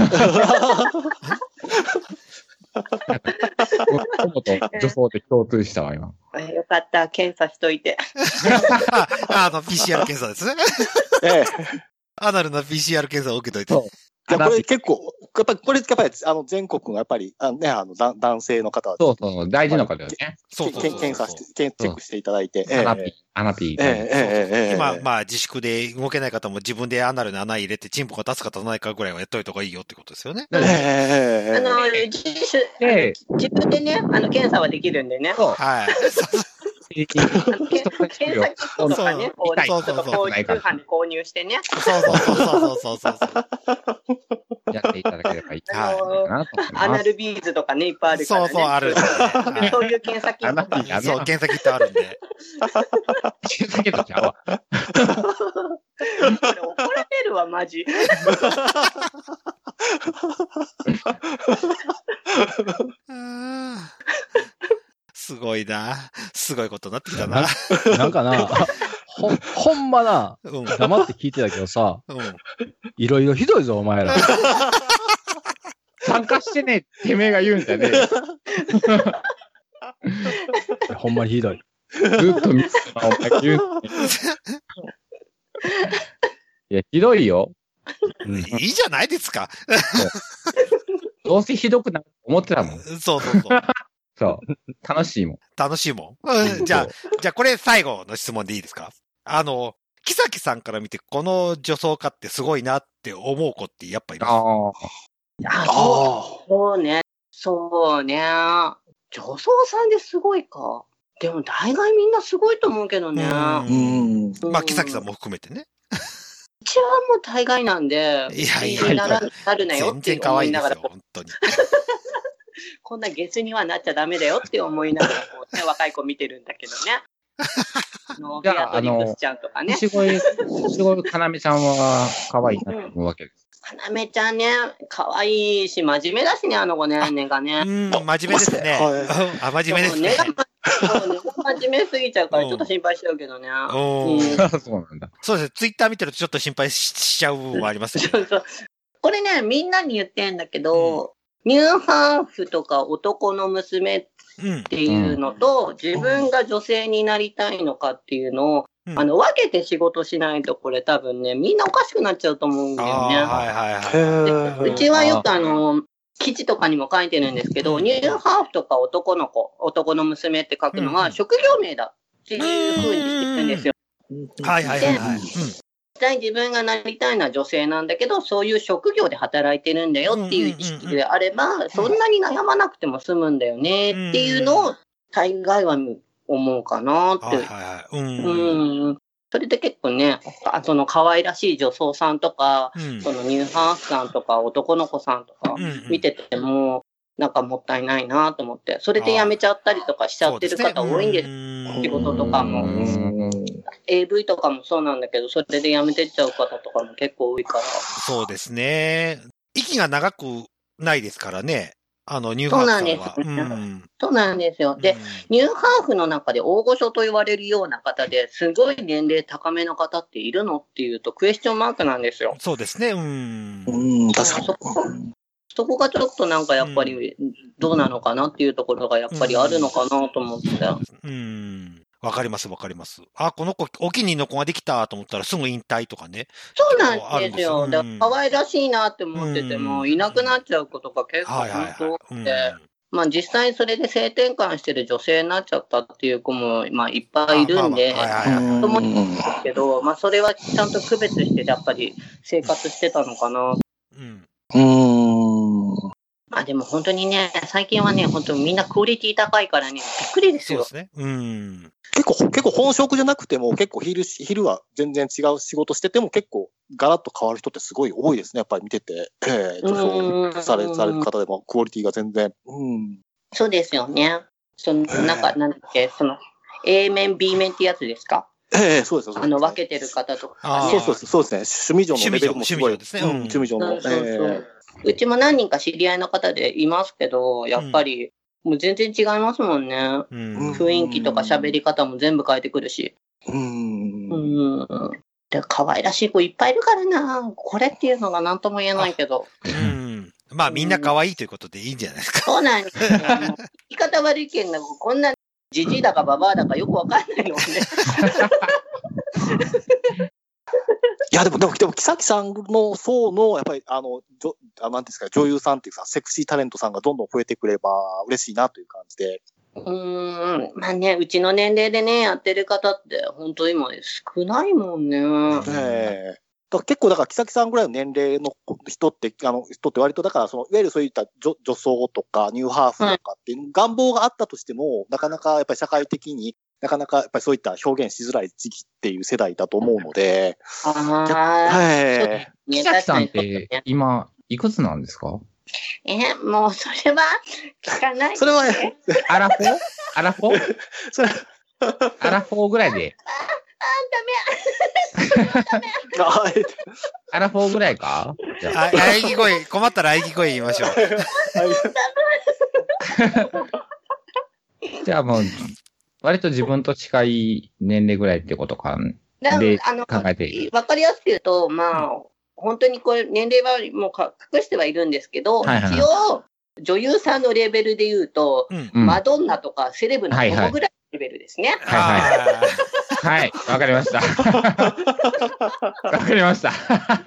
友と女装で共通したわ、今。 よかった、検査しといて。 あの、ピーシーアール 検査ですね。ええ。アナルの ピーシーアール 検査を受けといて。 いや、これ結構、やっぱり、これ、やっぱり、あの、全国の、やっぱり、あのね、あの、男性の方は。 そうそう、大事な方ですね。 そうそう。 検査して、チェックしていただいて。 アナピー、アナピー。 ええ、今、まあ、自粛で動けない方も自分でアナルに穴入れて、チンポが立つか立たないかぐらいはやっといた方がいいよってことですよね。 ええ。あの、自主、自分でね、あの、検査はできるんでね。 そう。はい。 検査キットとかね、こう、ちょっとこう、通販で購入してね。 そうそうそうそうそうそう。 やっていただければいいかなと思います。 アナルビーズとかね、いっぱいあるからね。 そうそう、ある。 そういう検査キット。 そう、検査キットあるんで。 検査キットちゃうわ。これ怒られるわ、マジ。 すごいな。すごいことになってきたな。 なんかな、ほ、ほんまな、うん、黙って聞いてたけどさ、うん、いろいろひどいぞ、お前ら。 参加してね、てめえが言うんじゃねえ。ほんまにひどい。 ずっと見てた、お前が言うんいや、ひどいよ。 うん、いいじゃないですか。 どうせひどくなると思ってたもん。 そうそうそう。 そう。楽しいもん。 楽しいもん。うん、じゃあ、じゃあこれ最後の質問でいいですか？あの、木崎さんから見て、この女装家ってすごいなって思う子ってやっぱいます？ああ。そう、そうね。そうね。女装さんですごいか。でも大概みんなすごいと思うけどね。 うん。まあ、木崎さんも含めてね。 うちはもう大概なんで、 いやいやいや、 なるなよって思いながら。 全然可愛いですよ、本当に。 こんなゲスにはなっちゃダメだよって思いながら、こうね、若い子見てるんだけどね。あの、ビアトリックスちゃんとかね。 すごい、すごい、かなめちゃんは可愛いなと思うわけです。 かなめちゃんね、可愛いし、真面目だしね、あの子ね、根がね。 うん、真面目ですね。あ、真面目ですね。 根が、根が真面目すぎちゃうから、ちょっと心配しちゃうけどね。 うん。そうなんだ。 そうです。ツイッター見てるとちょっと心配しちゃう部分はありますね。そうそう。 これね、みんなに言ってんだけど、ニューハーフとか男の娘っていうのと、うん、自分が女性になりたいのかっていうのを、うん、あの、分けて仕事しないとこれ多分ね、みんなおかしくなっちゃうと思うんだよね。はいはいはい。うちはよくあの、記事とかにも書いてるんですけど、ニューハーフとか男の子、男の娘って書くのは職業名だっていう風にしてるんですよ。 はいはいはいはい。 実際自分がなりたいのは女性なんだけど、そういう職業で働いてるんだよっていう意識であれば、そんなに悩まなくても済むんだよねっていうのを大概は思うかなって。うん。それで結構ね、その可愛らしい女装さんとか、うん、そのニューハーフさんとか男の子さんとか見てても、なんかもったいないなと思って、それで辞めちゃったりとかしちゃってる方多いんです。仕事とかも。エーブイ とかもそうなんだけど、それで辞めてっちゃう方とかも結構多いから。 そうですね。息が長くないですからね。あの、ニューハーフさんは。 そうなんです。うん、そうなんですよ。で、うん、ニューハーフの中で大御所と言われるような方ですごい年齢高めの方っているのっていうとクエスチョンマークなんですよ。 そうですね。うん。 うん、確かに。 そこ、そこがちょっとなんかやっぱりどうなのかなっていうところがやっぱりあるのかなと思って。 うん。うんわかりますわかります。あ、この子、お気に入りの子ができたと思ったらすぐ引退とかね。 そうなんですよ。だから可愛らしいなって思ってても、いなくなっちゃうことが結構本当多くて、まあ実際それで性転換してる女性になっちゃったっていう子も、まあいっぱいいるんで、と思うんですけど、まあそれはちゃんと区別してやっぱり生活してたのかな。うん。うーん。あ、でも本当にね、最近はね、本当にみんなクオリティ高いからね、びっくりですよ。 そうですね。うん。 結構、結構本職じゃなくても、結構昼、昼は全然違う仕事してても、結構ガラッと変わる人ってすごい多いですね。やっぱり見てて、えー、女装され、される方でもクオリティが全然。うん。 そうですよね。その、なんか、なんだっけ、その、A 面、B 面ってやつですか？ ええー、そうですよ。 あの、分けてる方とか、 ね。そうそうそうですね。趣味上のレベルもすごい。 趣味上ですね。うん、 趣味上の。そうそうそう、 えーうちも何人か知り合いの方でいますけど、やっぱり、 もう全然違いますもんね。うん、雰囲気とか喋り方も全部変えてくるし。うん。うん。で、可愛らしい子いっぱいいるからな。これっていうのが何とも言えないけど。 うん。まあみんな可愛いということでいいんじゃないですか。 そうなんですよ。言い方悪いけんな、こんなジジイだかババアだかよくわかんないのね。 いや、でも、でも、でも、木崎さんの層の、やっぱり、あの、じょあなんですか、女優さんっていうか、セクシータレントさんがどんどん増えてくれば嬉しいなという感じで。 うーん、まあね、うちの年齢でね、やってる方って、本当今少ないもんね。 ええー。だから結構、だから、木崎さんぐらいの年齢の人って、あの、人って割と、だから、その、いわゆるそういった女、女装とか、ニューハーフとかっていう願望があったとしても、うん、なかなか、やっぱり社会的に、なかなかやっぱりそういった表現しづらい時期っていう世代だと思うので。 ああ。 はい。 木崎さんって今、いくつなんですか？ え、もうそれは聞かない。 それは、 アラフォーアラフォーそれアラフォーぐらいで。あ、 あ、ダメ。 アラフォーぐらいか？ じゃあ、喘ぎ声、困ったら喘ぎ声言いましょう。 じゃあもう、割と自分と近い年齢ぐらいってことかで考えている。 わかりやすく言うと、まあ、うん、本当にこれ年齢はもう隠してはいるんですけど、はいはい、一応、女優さんのレベルで言うと、うん、マドンナとかセレブのここぐらいのレベルですね。 はいはい。はい、わかりました。わかりました。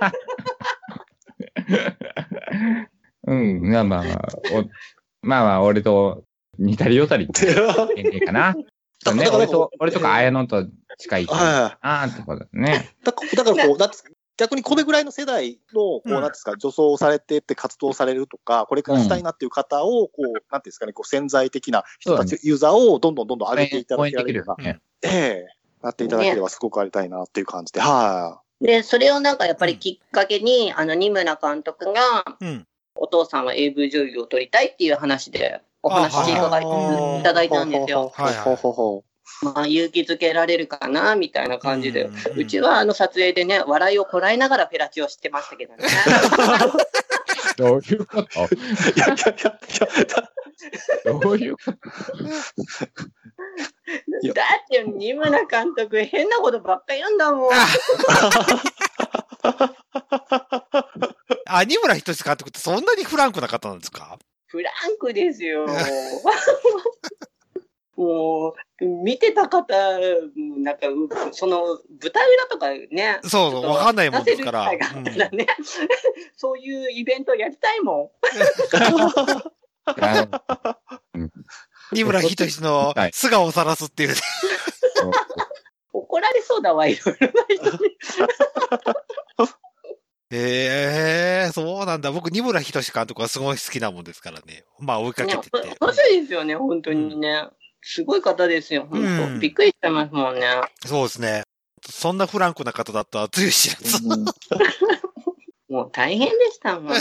うん、まあまあまあ、おまあまあ、俺と似たり寄ったりって年齢かな。そうね、俺と、俺とか綾野と近い。ああ、ってことだね。 だからこう、だって逆にこれぐらいの世代の、こう、なんですか、女装されてって活動されるとか、これからしたいなっていう方を、こう、なんですかね、こう、潜在的な人たち、ユーザーをどんどんどんどん上げていただければ、ええ、なっていただければすごくありたいなっていう感じで、はい。 で、それをなんかやっぱりきっかけに、あの、二村監督が、お父さんは エーブイ 女優を撮りたいっていう話で、お話伺いいただいたんですよ。はいはい。まあ、勇気づけられるかな、みたいな感じで。うんうん、うちはあの撮影でね、笑いをこらえながらフェラチオしてましたけどね。 どういうこといやいやいや、どういうことだって二村監督変なことばっか言うんだもん。 あ、二村仁監督ってそんなにフランクな方なんですか？ フランクですよ。もう、見てた方、なんか、その、舞台裏とかね。 そうそう、わかんないもんですから。 ねうん、そういうイベントやりたいもん。二村仁志の素顔を晒すっていう、ね。 怒られそうだわ、いろいろな人に。 ええー、そうなんだ。僕、二村仁志監督はすごい好きなもんですからね。まあ、追いかけてて。 面白いですよね、本当にね。うんすごい方ですよ、本当、うん、びっくりしちゃいますもんね。 そうですね。そんなフランクな方だったらつゆ知らず。うん、 もう大変でしたもん。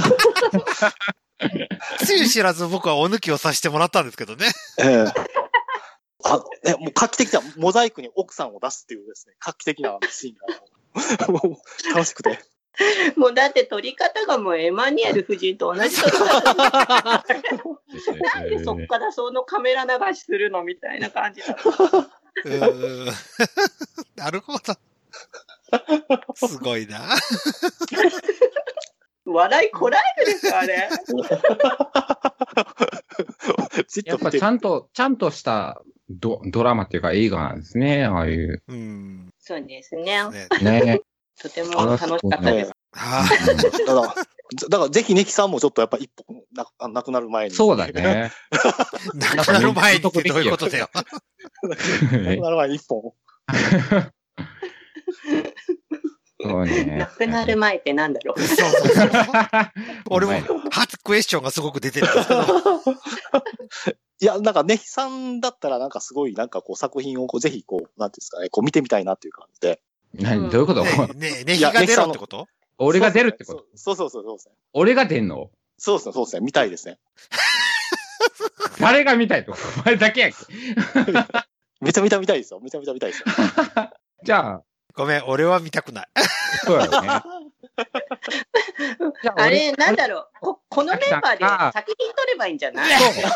つゆ知らず僕はお抜きをさせてもらったんですけどね。ええー。あ、え、もう画期的なモザイクに奥さんを出すっていうですね、画期的なシーンがもう楽しくて。 もうだって撮り方がもうエマニュエル夫人と同じ撮り方。なんでそっからそのカメラ流しするのみたいな感じだった。 なるほど。すごいな。 笑いこらえるですよ、あれ。 やっぱちゃんと、ちゃんとしたドドラマっていうか映画なんですね、ああいう。うん、 そうですね。 ね。 とても楽しかったです。 はあ、だから、だからぜひネキさんもちょっとやっぱ一歩な、なくなる前に。 そうだね。 なくなる前にってどういうことだよ。 なくなる前に一本。 そうね。 なくなる前ってなんだろう。そうそうそう。俺も初クエスチョンがすごく出てるんですけど。 いや、なんかネキさんだったらなんかすごいなんかこう作品をこうぜひこう、なんていうんですかね、こう見てみたいなっていう感じで。 何どういうことねえ、ネヒが出るってこと？ 俺が出るってこと？ そうそうそうそうですね。 俺が出んの？ そうですね、そうですね。見たいですね。 誰が見たいと？お前だけやっけ。 めちゃめちゃ見たいですよ。めちゃめちゃ見たいですよ。 じゃあ。 ごめん、俺は見たくない。 そうだよね。 あれ、なんだろう。こ、 このメンバーで作品取ればいいんじゃない？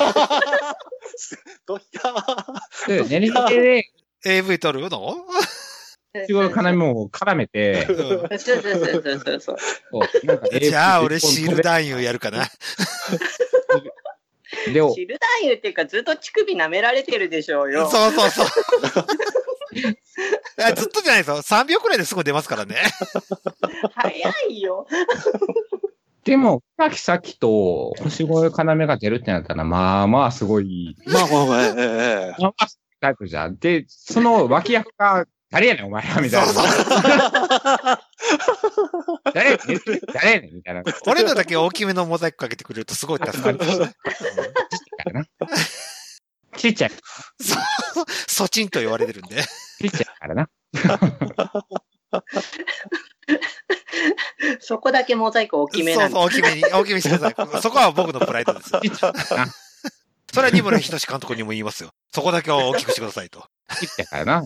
ドヒャー。練り切りでエーブイ 撮るの？ すごい金も絡めて。 そうそうそうそうそう。 じゃあ俺シール男優やるかな。 シルダンユっていうかずっと乳首舐められてるでしょうよ。 そうそうそう。ずっとじゃないですよ。さんびょうくらいですぐ出ますからね。 早いよ。 でも、さきさきと星越要が出るってなったら、まあまあすごい。 まあまあまあ、ええええ。 まあまあタイプじゃん。で、その脇役が、誰やねんお前らみたいな。そうそう誰やねん誰やねんみたいな。 俺のだけ大きめのモザイクかけてくれるとすごい助かる。 ちっちゃい。 そう、ソチンと言われてるんで。 ちっちゃいからな。 そこだけモザイク大きめなんそうそう、大きめに、大きめにしてください。そこは僕のプライドです。それは二村仁監督にも言いますよ。そこだけは大きくしてくださいと。 ちっちゃいからな。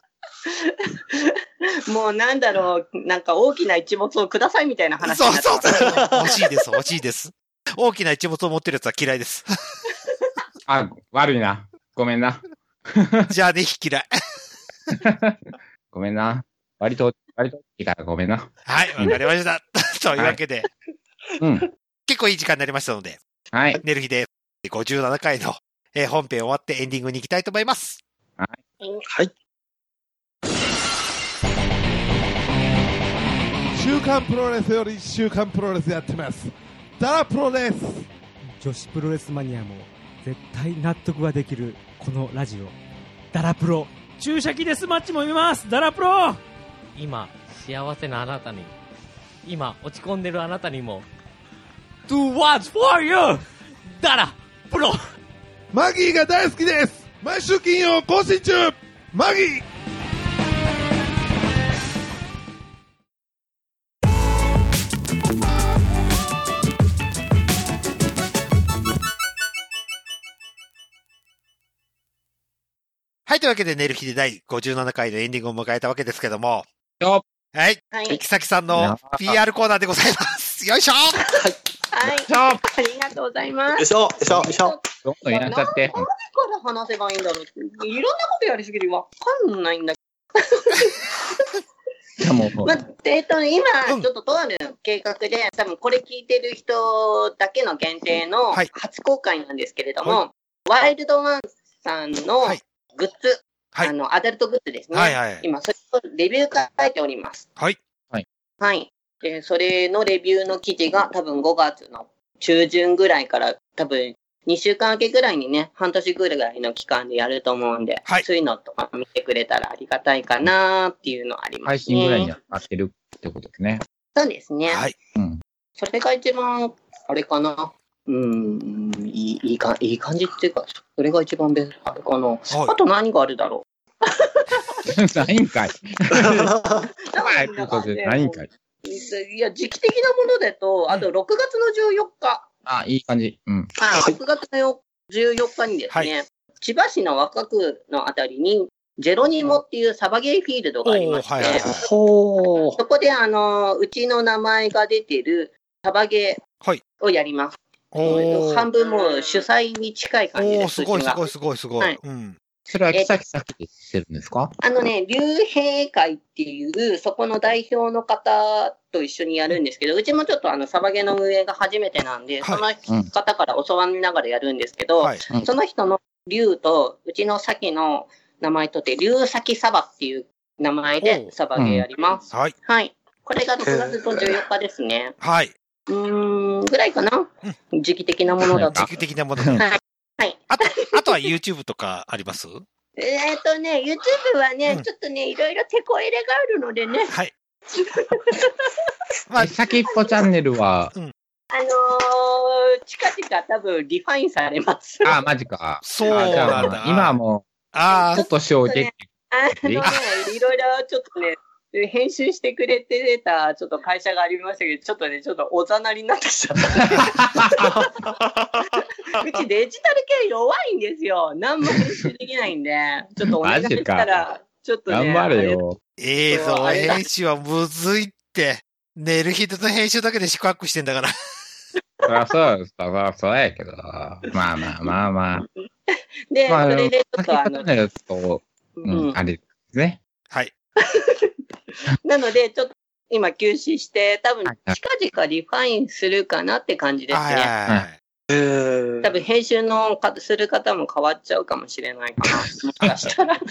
もうなんだろう、なんか大きな一物をくださいみたいな話になってます。 そうそうそう。欲しいです、欲しいです。大きな一物を持ってるやつは嫌いです。 あ、悪いな。ごめんな。 じゃあね、嫌い。 ごめんな。割と、割といいからごめんな。 はい、わかりました。というわけで、 はい、うん。 結構いい時間になりましたので、 はい。 寝る日でごじゅうななかいの、えー、本編終わってエンディングに行きたいと思います。 はい。 はい。 週刊プロレスより週刊プロレスやってます。ダラプロです。 女子プロレスマニアも絶対納得ができるこのラジオ。ダラプロ。注射器デスマッチも見ます。ダラプロ。 今、幸せなあなたに。今、落ち込んでるあなたにも。 Do what's for you! ダラプロ。 マギーが大好きです。毎週金曜更新中。マギー。 はい、というわけで、寝る日でだいごじゅうななかいのエンディングを迎えたわけですけども。 よはい。はい。木崎さんの ピーアール コーナーでございます。よいしょ。はい。 はい。ありがとうございます。 よいしょ、よいしょ、よいしょ。 どんどんやっちゃって。 何から話せばいいんだろうって。いろんなことやりすぎてわかんないんだけど。いやもう。まあ、えっと、今、ちょっととある計画で、多分これ聞いてる人だけの限定の初公開なんですけれども、はい、ワイルドワンさんの、はいグッズ、はい、あの、アダルトグッズですね。はいはい。今、それをレビュー書いております。 はい。 はい。 はい。で、それのレビューの記事が多分ごがつの中旬ぐらいから多分にしゅうかん明けぐらいにね、半年ぐらいの期間でやると思うんで、はい、そういうのとか見てくれたらありがたいかなーっていうのはありますね。 配信ぐらいになってるってことですね。 そうですね。 はい。うん。 それが一番、あれかな。うーん、いい、いいか、いい感じっていうか、それが一番ベスト、あれかな。はい、あと何があるだろう。ないんかい。ないんかい。 いや、時期的なものだと、あとろくがつのじゅうよっか。 あ、いい感じ。うん。 はい。ろくがつのじゅうよっかにですね、はい、千葉市の若区のあたりに、ジェロニモっていうサバゲーフィールドがありまして、はいはいはい、そこであの、うちの名前が出てるサバゲーをやります。はい、半分もう主催に近い感じです。 おー、すごいすごいすごいすごい。はい、うん。 それは木崎さきでしてるんですか？ あのね、竜兵会っていう、そこの代表の方と一緒にやるんですけど、うちもちょっとあの、サバゲーの運営が初めてなんで、はい、その方から教わりながらやるんですけど、はい、その人の竜と、うちの先の名前とって、竜先サバっていう名前でサバゲーやります。 うん、はい。 はい。これがろくがつのじゅうよっかですね。 はい。 うーん、ぐらいかな、うん、時期的なものだと。 時期的なものだと。はい。はい。あと、あとは YouTube とかあります？ えっとね、YouTube はね、うん、ちょっとね、いろいろ手こ入れがあるのでね。 はい。 まあ、先っぽチャンネルは、うん、 あのー、近々多分リファインされます。 あ、マジか。 そうなんだ。 今はもう、 ああ、 ちょっと正直。 あのね、いろいろちょっとね、編集してくれてたちょっと会社がありましたけど、ちょっとね、ちょっとおざなりになってきちゃった。うちデジタル系弱いんですよ。何も編集できないんで、ちょっとお願いしたら、ちょっとね。 頑張れよ。 映像編集はむずいって。寝る日の編集だけで四苦八苦してんだから。 りゃそう、そりゃそうやけど。まあまあまあまあ。 で、 まあ、 それでちょっとあの、 のやつと、うん、あれですね。 はい。 なので、ちょっと今休止して、多分近々リファインするかなって感じですね。はいはいはい。多分編集のかする方も変わっちゃうかもしれないかな。もしかしたら。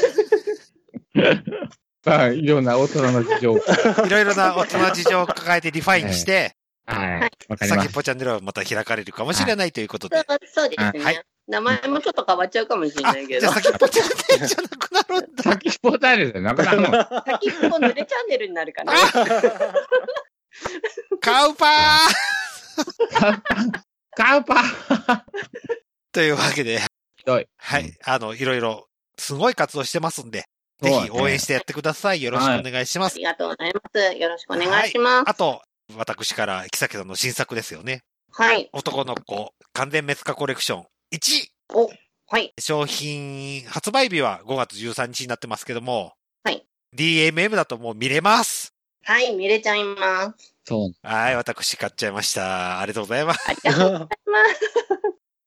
まあ、いろんな大人の事情。 いろいろな大人の事情を抱えてリファインして、 はい。わかります。 先っぽチャンネルはまた開かれるかもしれないということで。 そうですね。はい。名前もちょっと変わっちゃうかもしれないけど。 じゃあ先っぽチャンネルじゃなくなるんだ。 先っぽチャンネルじゃなくなるの。 先っぽ濡れチャンネルになるかな。 カウパーカウパーというわけで、はい。あの、いろいろ、すごい活動してますんで、ぜひ応援してやってください。よろしくお願いします。 ありがとうございます。よろしくお願いします。 あと、私から、木崎さんの新作ですよね。 はい。 男の子、完全滅火コレクションいち。 お、はい。 商品、発売日はごがつじゅうさんにちになってますけども、 はい。 ディーエムエム だともう見れます。 はい、見れちゃいます。 そう。 はい、私買っちゃいました。ありがとうございます。 ありがとうございます。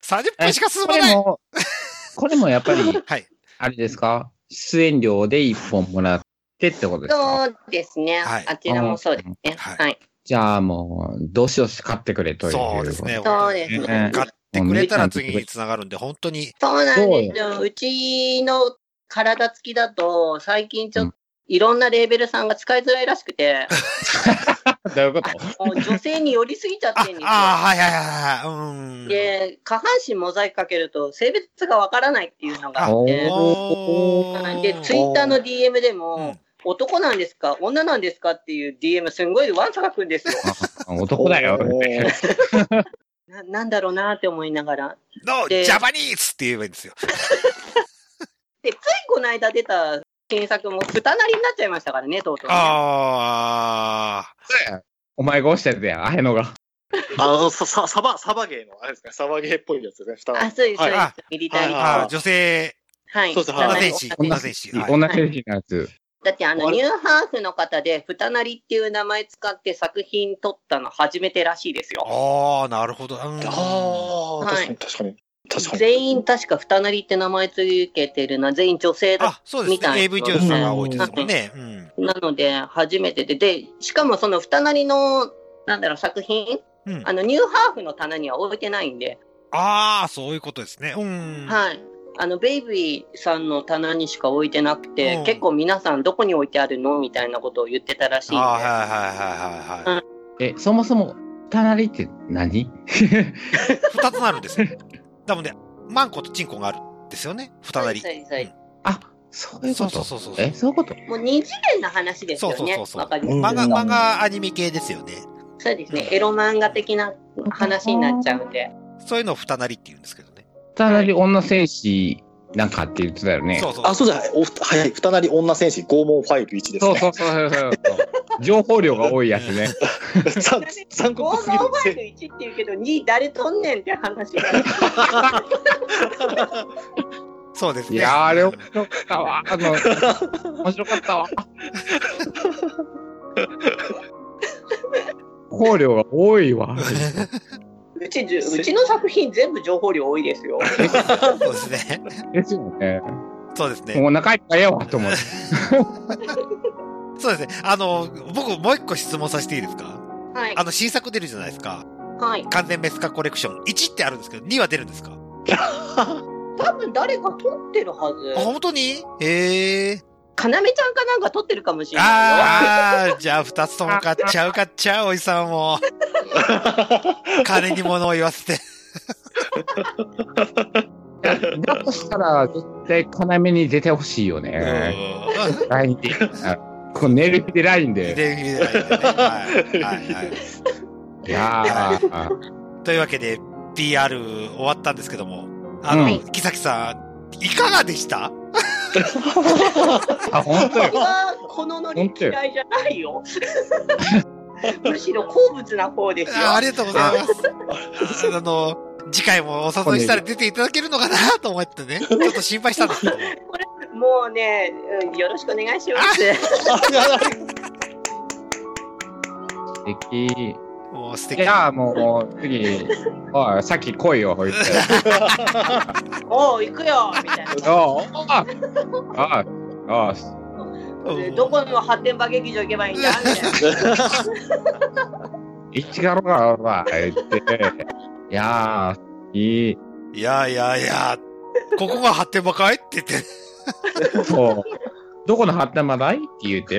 さんじゅっぷんしか進まない。 これも、これもやっぱり、 はい。 あれですか？出演料でいっぽんもらってってことですか？ そうですね。はい、あちらもそうですね。はい。はい、 じゃあもう、どしどし買ってくれという。 そうですね。 そうですね。 買ってくれたら次につながるんで、本当に。 そうなんですよ。うちの体つきだと、最近ちょっと、いろんなレーベルさんが使いづらいらしくて。 どういうこと女性に寄りすぎちゃってんですよ。 ああ、はいはいはい。うん。 で、下半身モザイクかけると性別がわからないっていうのがあって。で、ツイッターの ディーエム でも、うん、男なんですか女なんですかっていう ディーエム すんごいワンサが来るんですよ。 男だよ。 な, なんだろうなって思いながら。 No, ジャパニーズって言えばいいんですよ。 で、ついこの間出た新作も二なりになっちゃいましたからね、とうとう、ね。 ああ。 お前が押したやつや、あれのが。 あの、さ、さ、サバ、サバゲーの、あれですか、サバゲーっぽいやつですね、 あ、そうです、そうです。ミリタリー。 女性。 はい。 そうです、 女戦士。女戦士。 女戦士のやつ。 だってあの、ニューハーフの方で、ふたなりっていう名前使って作品撮ったの初めてらしいですよ。 ああ、なるほど。 ああ、確かに、確かに。確かに。 全員確かふたなりって名前つけてるな、全員女性だあ、そうですね。エーブイ 女優さんが多いですもんね。 うん、なので、初めてで、で、しかもそのふたなりの、なんだろう、作品、うん、あの、ニューハーフの棚には置いてないんで。 ああ、そういうことですね。うん。 はい。あの、ベイビーさんの棚にしか置いてなくて、うん、結構皆さんどこに置いてあるのみたいなことを言ってたらしいんで。あはいはいはいはいはい。 うん、え、そもそも、隣って何二つあるんですよ。多分ね、マンコとチンコがあるんですよね。二なり。 そうです、そうです。 あ、そういうことそうそうそうそう。 え、そういうこともう二次元の話ですよね。 そうそうそう。 わかります。漫画、漫画アニメ系ですよね。 そうですね。エロ漫画的な話になっちゃうんで。 そういうのを二なりって言うんですけどね。 二なり女戦士なんかって言ってたよね。 そうそう。 あ、そうだ。お早い。二なり女戦士拷問ファイルいちですね。 そうそうそうそうそう。情報量が多いやつね。 残酷すぎる。拷問ファイルいちって言うけど、に誰とんねんって話が。 そうですね。 いやー、あれ面白かったわ。あの、面白かったわ。情報量が多いわ。 うち、うちの作品全部情報量多いですよ。 そうですね。 ですよね。 そうですね。 もうお腹いっぱいやわ、と思って。 そうですね。あの、僕もう一個質問させていいですか？ はい。 あの、新作出るじゃないですか。 はい。 完全滅火コレクションいちってあるんですけど、には出るんですか？ 多分誰か撮ってるはず。 あ、本当に？へえ。 かなめちゃんかなんか撮ってるかもしれないよ。 ああ、じゃあ二つとも買っちゃう買っちゃう、おじさんも。金に物を言わせて。 だとしたら、絶対要に出てほしいよね。ラインで。この寝る日でラインで。 寝る日でラインでね。はい。はい。はい。 いやー。 というわけで、ピーアール 終わったんですけども、あの、木崎さん、いかがでした？ あ、本当よ。 僕はこのノリ嫌いじゃないよ。むしろ好物な方ですよ。 あ、ありがとうございます。あの、次回もお誘いしたら出ていただけるのかなと思ってね、ちょっと心配したんですけども。 これもうね、うん、よろしくお願いします。 素敵。 もう素敵。 いや、もう、次、おい、さっき来いよ、言って。 おう、行くよみたいな。 おう、ああ、ああ、 どこの発展場劇場行けばいいんだみたいな。 一がろが、わ、言って。いやー、いい。 いやいやいや、ここが発展場かいって言って。 そう。どこの発展場だいって言って。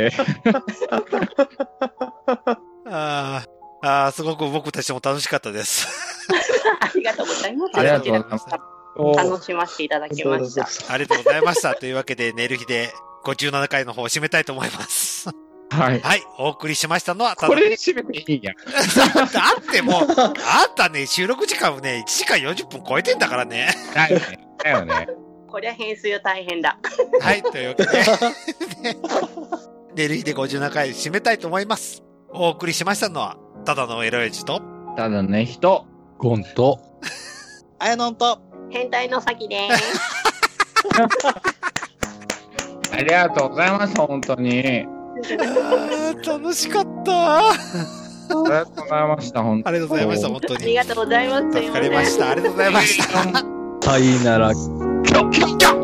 ああ、ああ、すごく僕たちも楽しかったです。 ありがとうございます。 ありがとうございました。 楽しませていただきました。 ありがとうございました。というわけで、寝る日でごじゅうななかいの方を締めたいと思います。 はい。 はい。お送りしましたのは、 これで締めていいんや。 だってもう、あんたね、収録時間をね、いちじかんよんじゅっぷん超えてんだからね。 だよね。だよね。 こりゃ編集大変だ。 はい。というわけで、寝る日でごじゅうななかい締めたいと思います。お送りしましたのは、ただのエロエジと、 ただね、人、 ゴンと、 あやのんと、 変態の先でーす。 ありがとうございました、本当に。 楽しかった。ありがとうございました、本当に。 ありがとうございました、本当に。 ありがとうございます。 助かりました。ありがとうございました。 さいなら、 キョッキョッキョッ